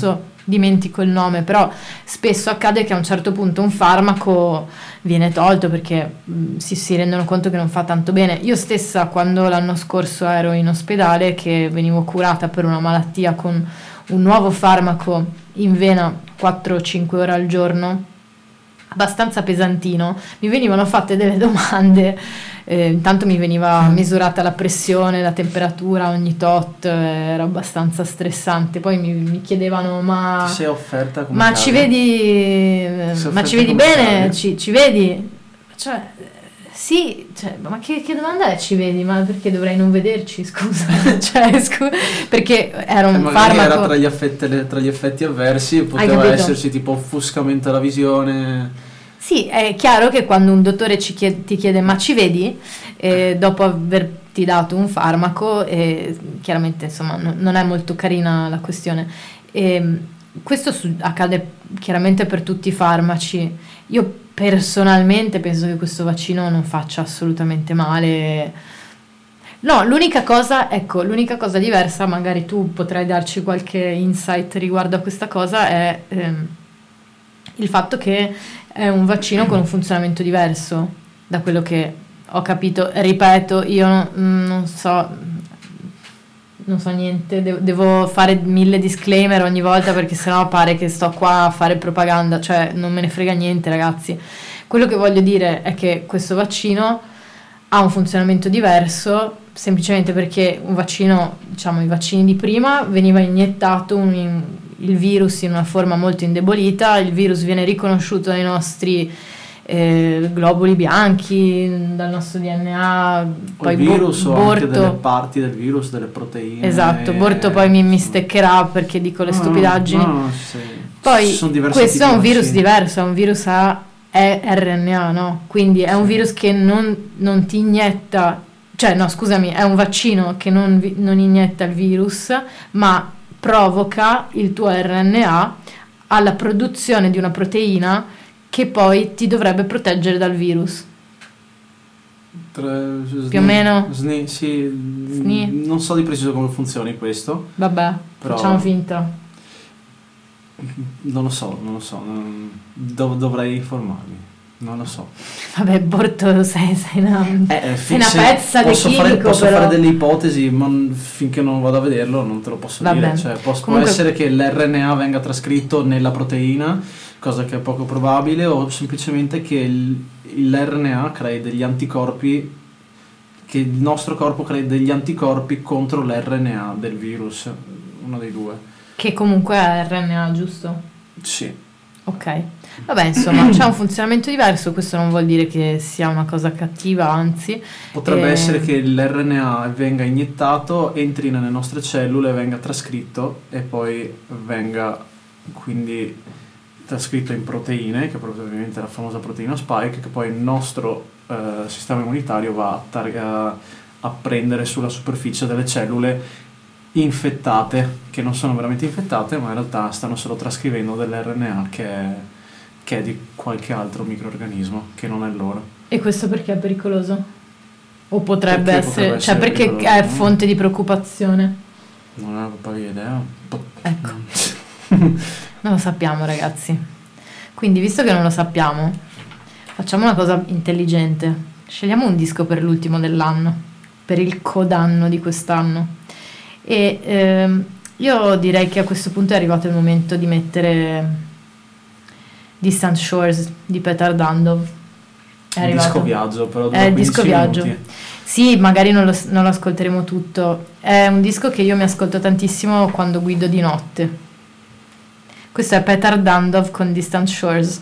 dimentico il nome, però spesso accade che a un certo punto un farmaco viene tolto perché si rendono conto che non fa tanto bene. Io stessa, quando l'anno scorso ero in ospedale, che venivo curata per una malattia con un nuovo farmaco in vena 4-5 ore al giorno, abbastanza pesantino, mi venivano fatte delle domande. Intanto mi veniva misurata la pressione, la temperatura ogni tot, era abbastanza stressante. Poi mi chiedevano: ma ti sei offerta come ma cavia? ci vedi, ma ci vedi come bene? cavia? Ci vedi? Cioè, sì, cioè, ma che domanda è ci vedi? Ma perché dovrei non vederci, scusa? Cioè, perché era un magari farmaco. era tra gli effetti avversi, poteva capito? esserci tipo offuscamento della visione. Sì, è chiaro che quando un dottore ti chiede ma ci vedi, dopo averti dato un farmaco, chiaramente insomma non è molto carina la questione. Questo accade chiaramente per tutti i farmaci. Io personalmente penso che questo vaccino non faccia assolutamente male. No, l'unica cosa diversa, magari tu potrai darci qualche insight riguardo a questa cosa, è il fatto che è un vaccino con un funzionamento diverso da quello che ho capito. Ripeto, io non so niente, devo fare 1000 disclaimer ogni volta perché sennò pare che sto qua a fare propaganda, cioè non me ne frega niente, ragazzi. Quello che voglio dire è che questo vaccino ha un funzionamento diverso semplicemente perché un vaccino, diciamo i vaccini di prima, veniva iniettato il virus in una forma molto indebolita, il virus viene riconosciuto dai nostri globuli bianchi, dal nostro DNA, poi il virus o anche Borto, delle parti del virus, delle proteine. esatto, Borto poi mi steccherà perché dico le stupidaggini. No, sì. Poi Ci sono diversi questo tipi è un di virus vaccini. diverso, è un virus a RNA, no? Quindi è un virus che non ti inietta, cioè no, scusami, è un vaccino che non inietta il virus, ma provoca il tuo RNA alla produzione di una proteina che poi ti dovrebbe proteggere dal virus. Più o meno? Sì, non so di preciso come funzioni questo. Vabbè, però facciamo finta. Non lo so, dovrei informarmi, non lo so. Vabbè, Borto, sei una pezza di posso chimico, però. fare delle ipotesi, ma finché non vado a vederlo non te lo posso Vabbè. dire. Cioè, può Comunque, essere che l'RNA venga trascritto nella proteina, cosa che è poco probabile, o semplicemente che l'RNA crei degli anticorpi, che il nostro corpo crei degli anticorpi contro l'RNA del virus, uno dei due. che comunque è RNA, giusto? Sì. Ok, vabbè, insomma, c'è un funzionamento diverso, questo non vuol dire che sia una cosa cattiva, anzi. Potrebbe essere che l'RNA venga iniettato, entri nelle nostre cellule, venga trascritto e poi venga quindi trascritto in proteine, che probabilmente è la famosa proteina spike, che poi il nostro sistema immunitario va a prendere sulla superficie delle cellule infettate, che non sono veramente infettate, ma in realtà stanno solo trascrivendo dell'RNA che è di qualche altro microrganismo che non è loro. E questo perché è pericoloso? O potrebbe Perché essere, potrebbe cioè essere perché pericoloso, è no? fonte di preoccupazione? Non ho proprio idea. Ecco, non lo sappiamo, ragazzi. Quindi, visto che non lo sappiamo, facciamo una cosa intelligente. Scegliamo un disco per l'ultimo dell'anno, per il codanno di quest'anno. E io direi che a questo punto è arrivato il momento di mettere Distant Shores di Petar Dandov. È Un arrivato. disco viaggio, però È il 15 disco viaggio. minuti. Sì, magari non lo ascolteremo tutto. È un disco che io mi ascolto tantissimo quando guido di notte. Questo è Petar Dandov con Distant Shores.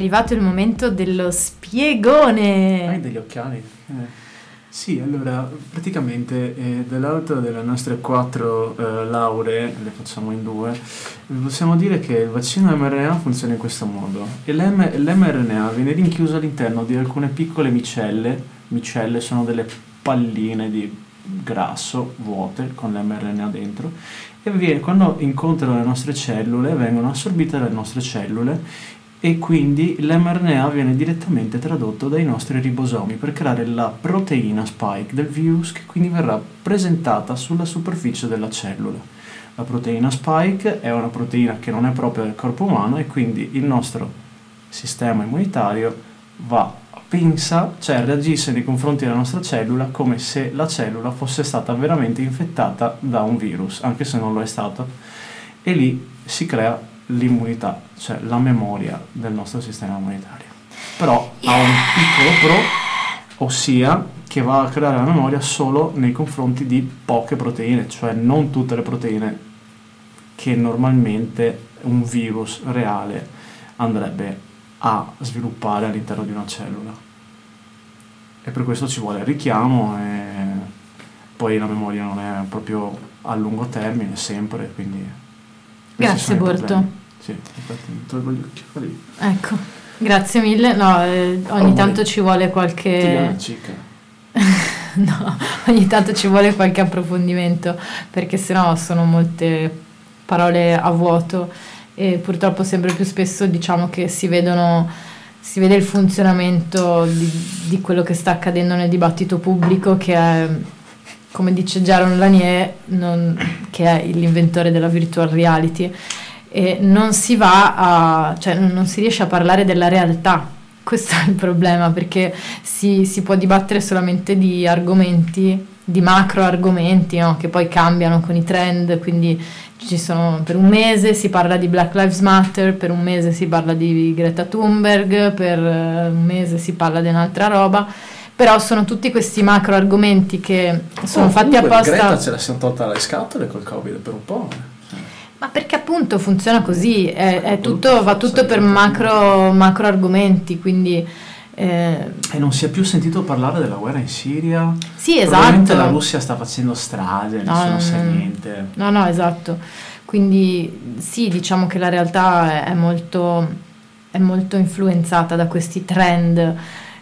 arrivato il momento dello spiegone. Hai degli occhiali? Sì, allora praticamente dall'alto delle nostre 4 lauree, le facciamo in 2, possiamo dire che il vaccino mRNA funziona in questo modo. E l'mRNA viene rinchiuso all'interno di alcune piccole micelle sono delle palline di grasso vuote con l'mRNA dentro, e quando incontrano le nostre cellule vengono assorbite dalle nostre cellule, e quindi l'mRNA viene direttamente tradotto dai nostri ribosomi per creare la proteina spike del virus, che quindi verrà presentata sulla superficie della cellula. La proteina spike è una proteina che non è propria del corpo umano, e quindi il nostro sistema immunitario reagisce nei confronti della nostra cellula come se la cellula fosse stata veramente infettata da un virus, anche se non lo è stato, e lì si crea l'immunità, cioè la memoria del nostro sistema immunitario. Però ha un piccolo pro, ossia che va a creare la memoria solo nei confronti di poche proteine, cioè non tutte le proteine che normalmente un virus reale andrebbe a sviluppare all'interno di una cellula. E per questo ci vuole il richiamo, e poi la memoria non è proprio a lungo termine sempre, quindi grazie Borto. Sì, infatti mi tolgo gli occhiali. Ecco, grazie mille. No, ogni tanto ci vuole qualche no, ogni tanto ci vuole qualche approfondimento, perché sennò sono molte parole a vuoto, e purtroppo sempre più spesso diciamo che si vede il funzionamento di quello che sta accadendo nel dibattito pubblico, che è, come dice Jaron Lanier, che è l'inventore della virtual reality, e non si non si riesce a parlare della realtà. Questo è il problema, perché si può dibattere solamente di argomenti, di macro argomenti, no? Che poi cambiano con i trend, quindi per un mese si parla di Black Lives Matter, per un mese si parla di Greta Thunberg, per un mese si parla di un'altra roba, però sono tutti questi macro argomenti che sono fatti apposta. Greta ce la siamo tolta dalle scatole col Covid per un po'. Ma perché appunto funziona così, va tutto per macro argomenti, quindi... E non si è più sentito parlare della guerra in Siria? Sì, esatto. Probabilmente la Russia sta facendo strage, nessuno sa niente. No, esatto. Quindi sì, diciamo che la realtà è molto influenzata da questi trend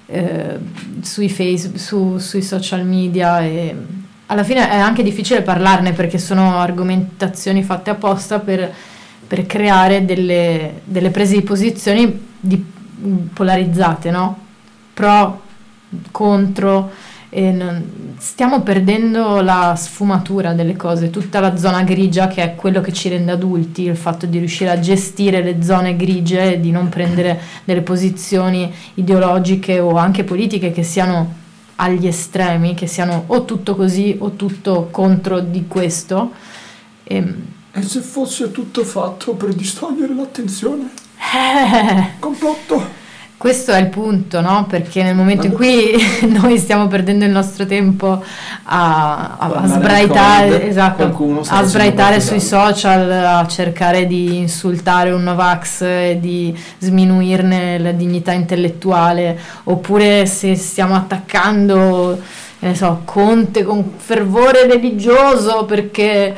sui social media, e alla fine è anche difficile parlarne, perché sono argomentazioni fatte apposta per creare delle prese di posizioni polarizzate, no? Pro, contro, stiamo perdendo la sfumatura delle cose, tutta la zona grigia, che è quello che ci rende adulti, il fatto di riuscire a gestire le zone grigie e di non prendere delle posizioni ideologiche o anche politiche che siano agli estremi, che siano o tutto così o tutto contro di questo. E se fosse tutto fatto per distogliere l'attenzione? Complotto! Questo è il punto, no? Perché nel momento in cui noi stiamo perdendo il nostro tempo a sbraitare, a sbraitare sui social, a cercare di insultare un Novax e di sminuirne la dignità intellettuale, oppure se stiamo attaccando, Conte con fervore religioso perché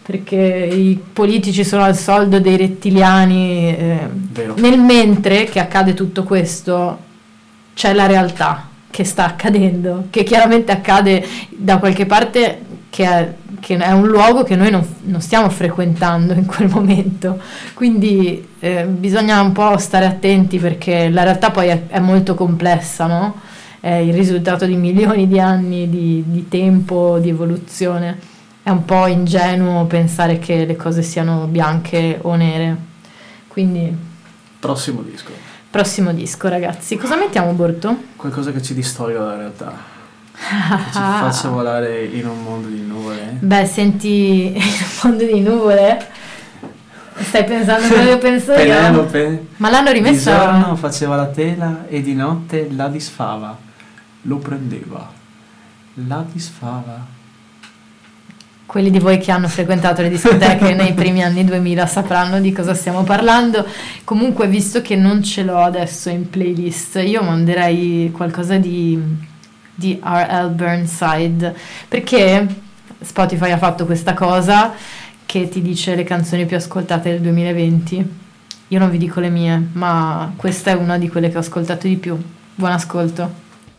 i politici sono al soldo dei rettiliani, nel mentre che accade tutto questo c'è la realtà che sta accadendo, che chiaramente accade da qualche parte, che è un luogo che noi non stiamo frequentando in quel momento, quindi bisogna un po' stare attenti, perché la realtà poi è molto complessa, no? È il risultato di milioni di anni di tempo, di evoluzione. È un po' ingenuo pensare che le cose siano bianche o nere. Quindi prossimo disco, ragazzi. Cosa mettiamo, Borto? Qualcosa che ci distoglie dalla realtà, che ci faccia volare in un mondo di nuvole. Beh, senti, in un mondo di nuvole? Stai pensando quello che penso Penelope, ma l'hanno rimessa. Di giorno faceva la tela e di notte la disfava. Lo prendeva, la disfava. quelli di voi che hanno frequentato le discoteche nei primi anni 2000 sapranno di cosa stiamo parlando. Comunque, visto che non ce l'ho adesso in playlist, io manderei qualcosa di R.L. Burnside, perché Spotify ha fatto questa cosa che ti dice le canzoni più ascoltate del 2020. Io non vi dico le mie, ma questa è una di quelle che ho ascoltato di più. Buon ascolto.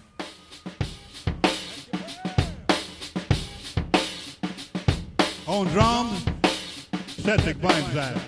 On drums, Cedric Burnside.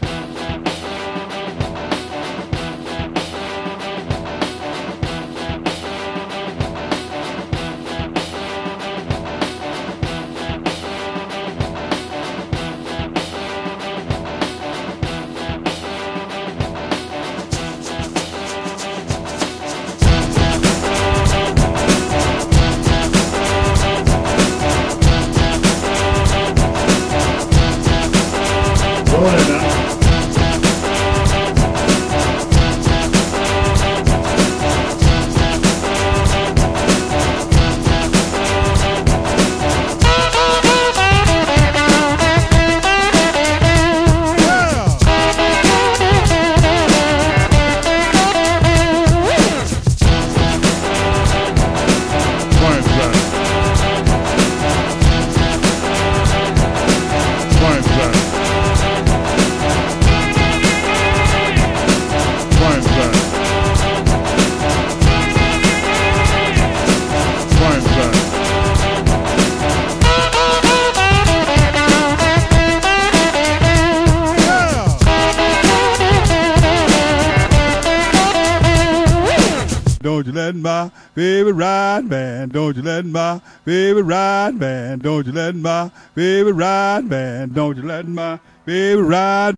Don't you let my baby ride, man. Don't you let my baby ride, man. Don't you let my baby ride, man. Don't you let my baby ride.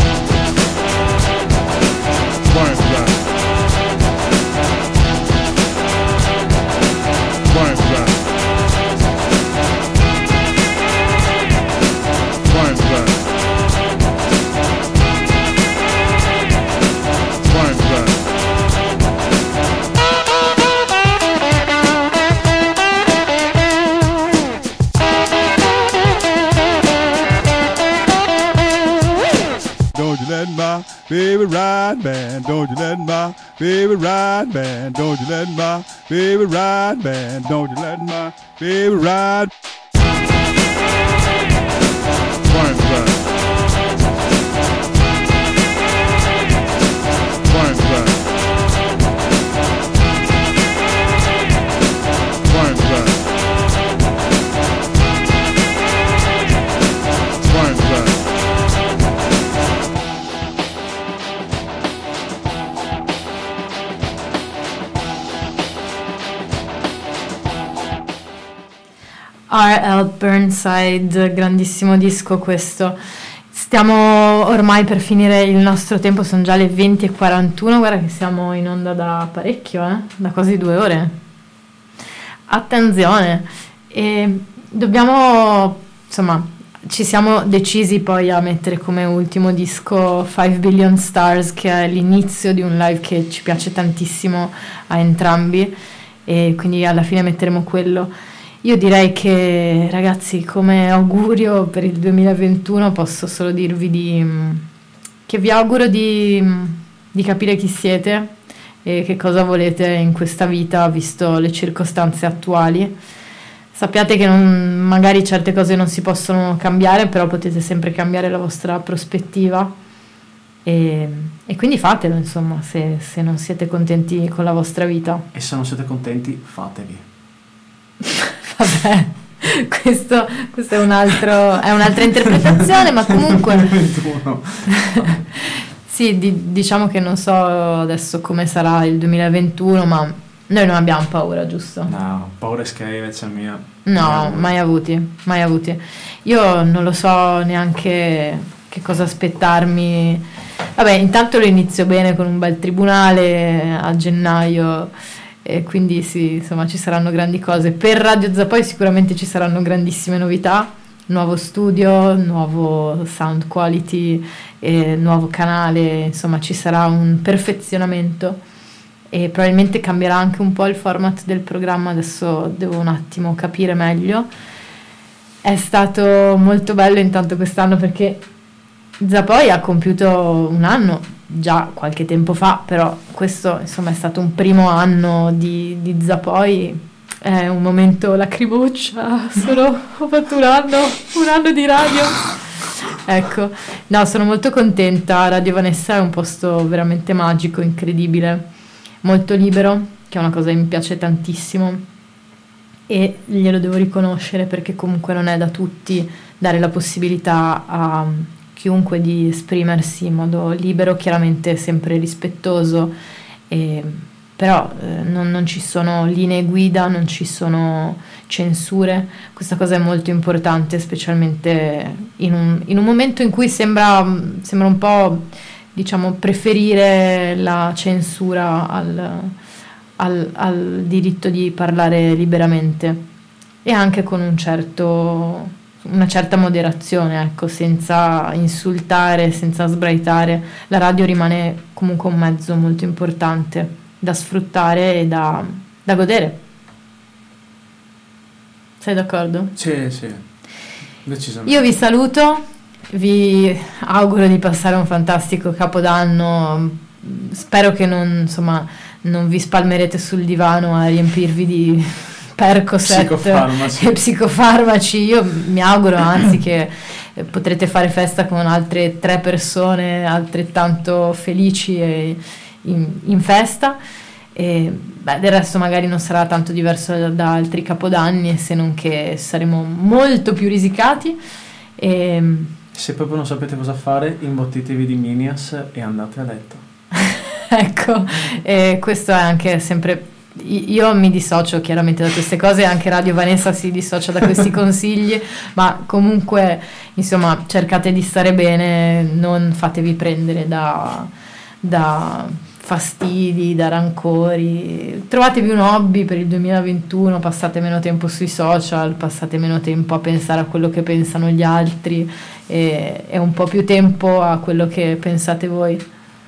Don't you let my baby ride, man. Don't you let my baby ride, man. Don't you let my baby ride, man. Don't you let my baby ride. R.L. Burnside, grandissimo disco questo. Stiamo ormai per finire il nostro tempo, sono già le 20:41, guarda che siamo in onda da parecchio, da quasi 2 ore. Attenzione, e dobbiamo, insomma, ci siamo decisi poi a mettere come ultimo disco 5 Billion Stars, che è l'inizio di un live che ci piace tantissimo a entrambi, e quindi alla fine metteremo quello. Io direi che, ragazzi, come augurio per il 2021 posso solo dirvi che vi auguro di capire chi siete e che cosa volete in questa vita, visto le circostanze attuali. Sappiate che magari certe cose non si possono cambiare, però potete sempre cambiare la vostra prospettiva e quindi fatelo, insomma, se non siete contenti con la vostra vita. E se non siete contenti, fatevi. Vabbè, questo è un'altra interpretazione, ma comunque sì, diciamo che non so adesso come sarà il 2021, ma noi non abbiamo paura, giusto? No, paura schiave c'è mia. No, mai avuti. Io non lo so neanche che cosa aspettarmi. Vabbè, intanto lo inizio bene con un bel tribunale a gennaio, e quindi sì, insomma, ci saranno grandi cose. Per Radio Zapoi sicuramente ci saranno grandissime novità, nuovo studio, nuovo sound quality, nuovo canale, insomma ci sarà un perfezionamento e probabilmente cambierà anche un po' il format del programma, adesso devo un attimo capire meglio. È stato molto bello intanto quest'anno perché Zapoi ha compiuto un anno già qualche tempo fa, però questo insomma è stato un primo anno di Zapoi, è un momento lacrimuccia, ho fatto un anno di radio. Ecco, no, sono molto contenta. Radio Vanessa è un posto veramente magico, incredibile, molto libero, che è una cosa che mi piace tantissimo e glielo devo riconoscere perché comunque non è da tutti dare la possibilità a chiunque di esprimersi in modo libero, chiaramente sempre rispettoso, però non ci sono linee guida, non ci sono censure. Questa cosa è molto importante, specialmente in un momento in cui sembra un po', diciamo, preferire la censura al diritto di parlare liberamente, e anche con una certa moderazione, ecco, senza insultare, senza sbraitare. La radio rimane comunque un mezzo molto importante da sfruttare e da godere. Sei d'accordo? Sì, decisamente. Io vi saluto, vi auguro di passare un fantastico Capodanno, spero che non vi spalmerete sul divano a riempirvi di Percocet e psicofarmaci. Io mi auguro anzi che potrete fare festa con altre 3 persone altrettanto felici e in festa, e del resto magari non sarà tanto diverso da altri capodanni, se non che saremo molto più risicati. Se proprio non sapete cosa fare, imbottitevi di Minias e andate a letto. Ecco, questo è anche sempre, io mi dissocio chiaramente da queste cose, anche Radio Vanessa si dissocia da questi consigli, ma comunque insomma cercate di stare bene, non fatevi prendere da fastidi, da rancori, trovatevi un hobby per il 2021, passate meno tempo sui social, passate meno tempo a pensare a quello che pensano gli altri e un po' più tempo a quello che pensate voi.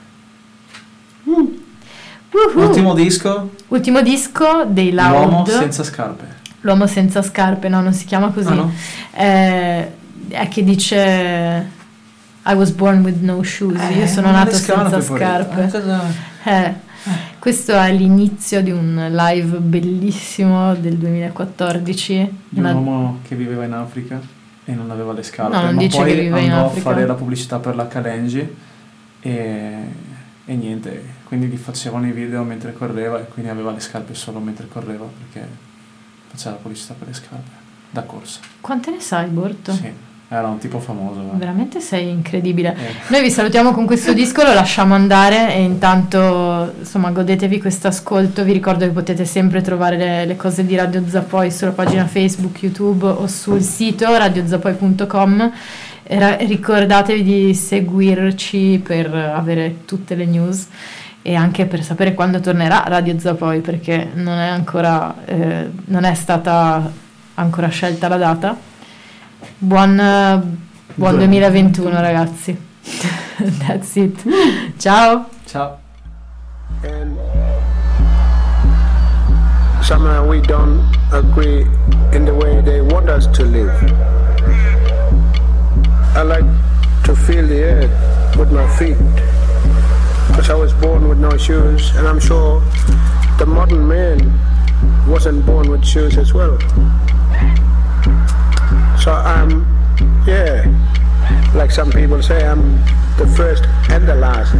Ultimo disco dei Loud. L'uomo senza scarpe. L'uomo senza scarpe, no, non si chiama così. Ah, no? È che dice I was born with no shoes. Io sono nato senza scarpe. Questo è l'inizio di un live bellissimo del 2014 di un uomo che viveva in Africa e non aveva le scarpe, no, non ma dice poi che vive in andò Africa. a fare la pubblicità per la Kalenji e niente, quindi gli facevano i video mentre correva e quindi aveva le scarpe solo mentre correva perché faceva la pubblicità per le scarpe da corsa. Quante ne sai, Borto? Sì, era un tipo famoso. Veramente sei incredibile. Noi vi salutiamo con questo disco, lo lasciamo andare e intanto insomma godetevi questo ascolto. Vi ricordo che potete sempre trovare le cose di Radio Zapoi sulla pagina Facebook, YouTube o sul sito radiozapoi.com. Ricordatevi di seguirci per avere tutte le news e anche per sapere quando tornerà Radio Zapoi, perché non è stata ancora scelta la data. Buon 2021 ragazzi. That's it. Ciao. And somehow we don't agree in the way they want us to live. I like to feel the earth with my feet, because I was born with no shoes, and I'm sure the modern man wasn't born with shoes as well. So I'm, like some people say, I'm the first and the last.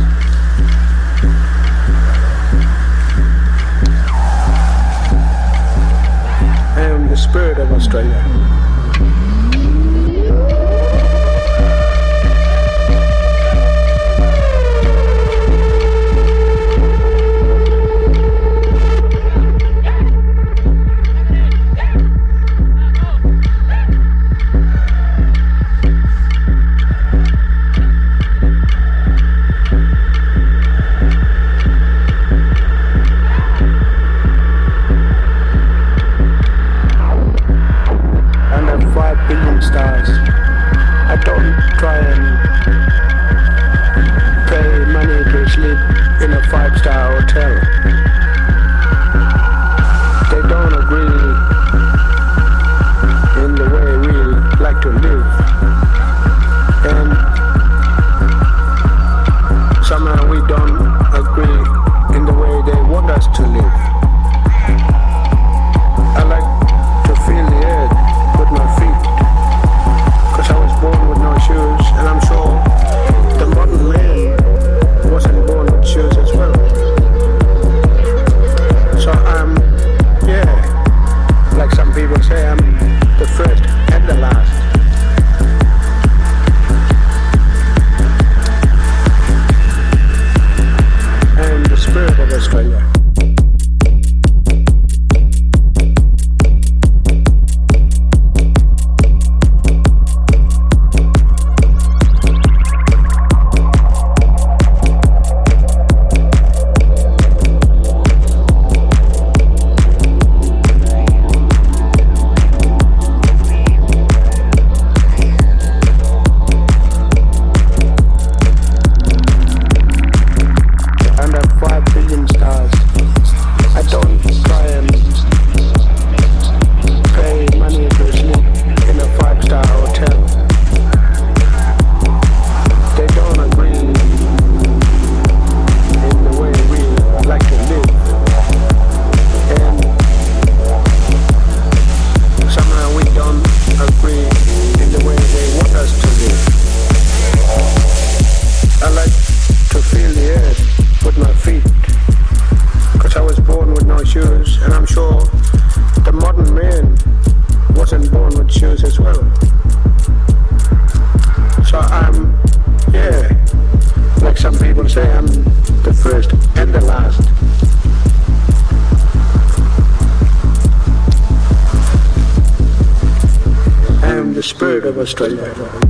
I am the spirit of Australia. Stars. I don't try and pay money to sleep in a 5-star hotel. They don't agree in the way we people say I'm the first and the last. I am the spirit of Australia. Australia.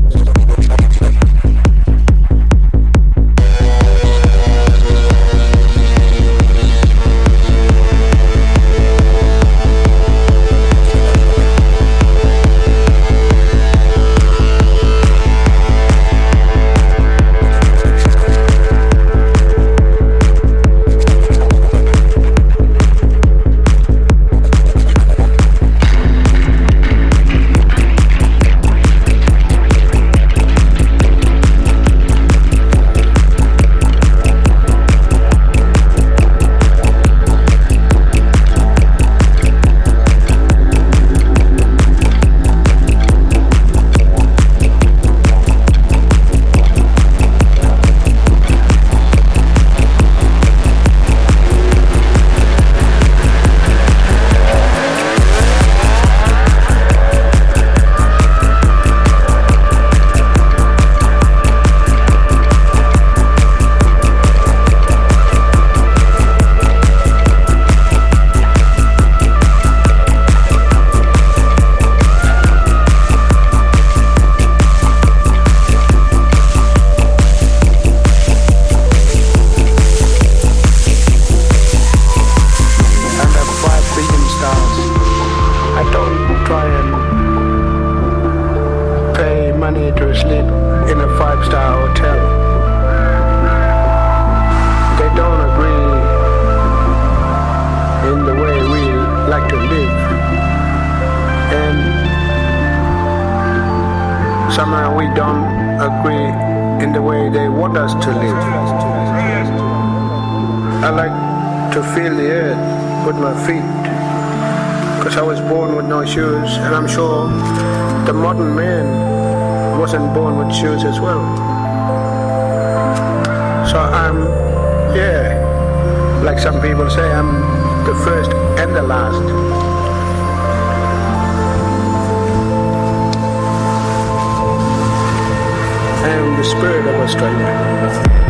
Somehow we don't agree in the way they want us to live. I like to feel the earth with my feet, because I was born with no shoes, and I'm sure the modern man wasn't born with shoes as well. So I'm, like some people say, I'm the first and the last. I am the spirit of Australia.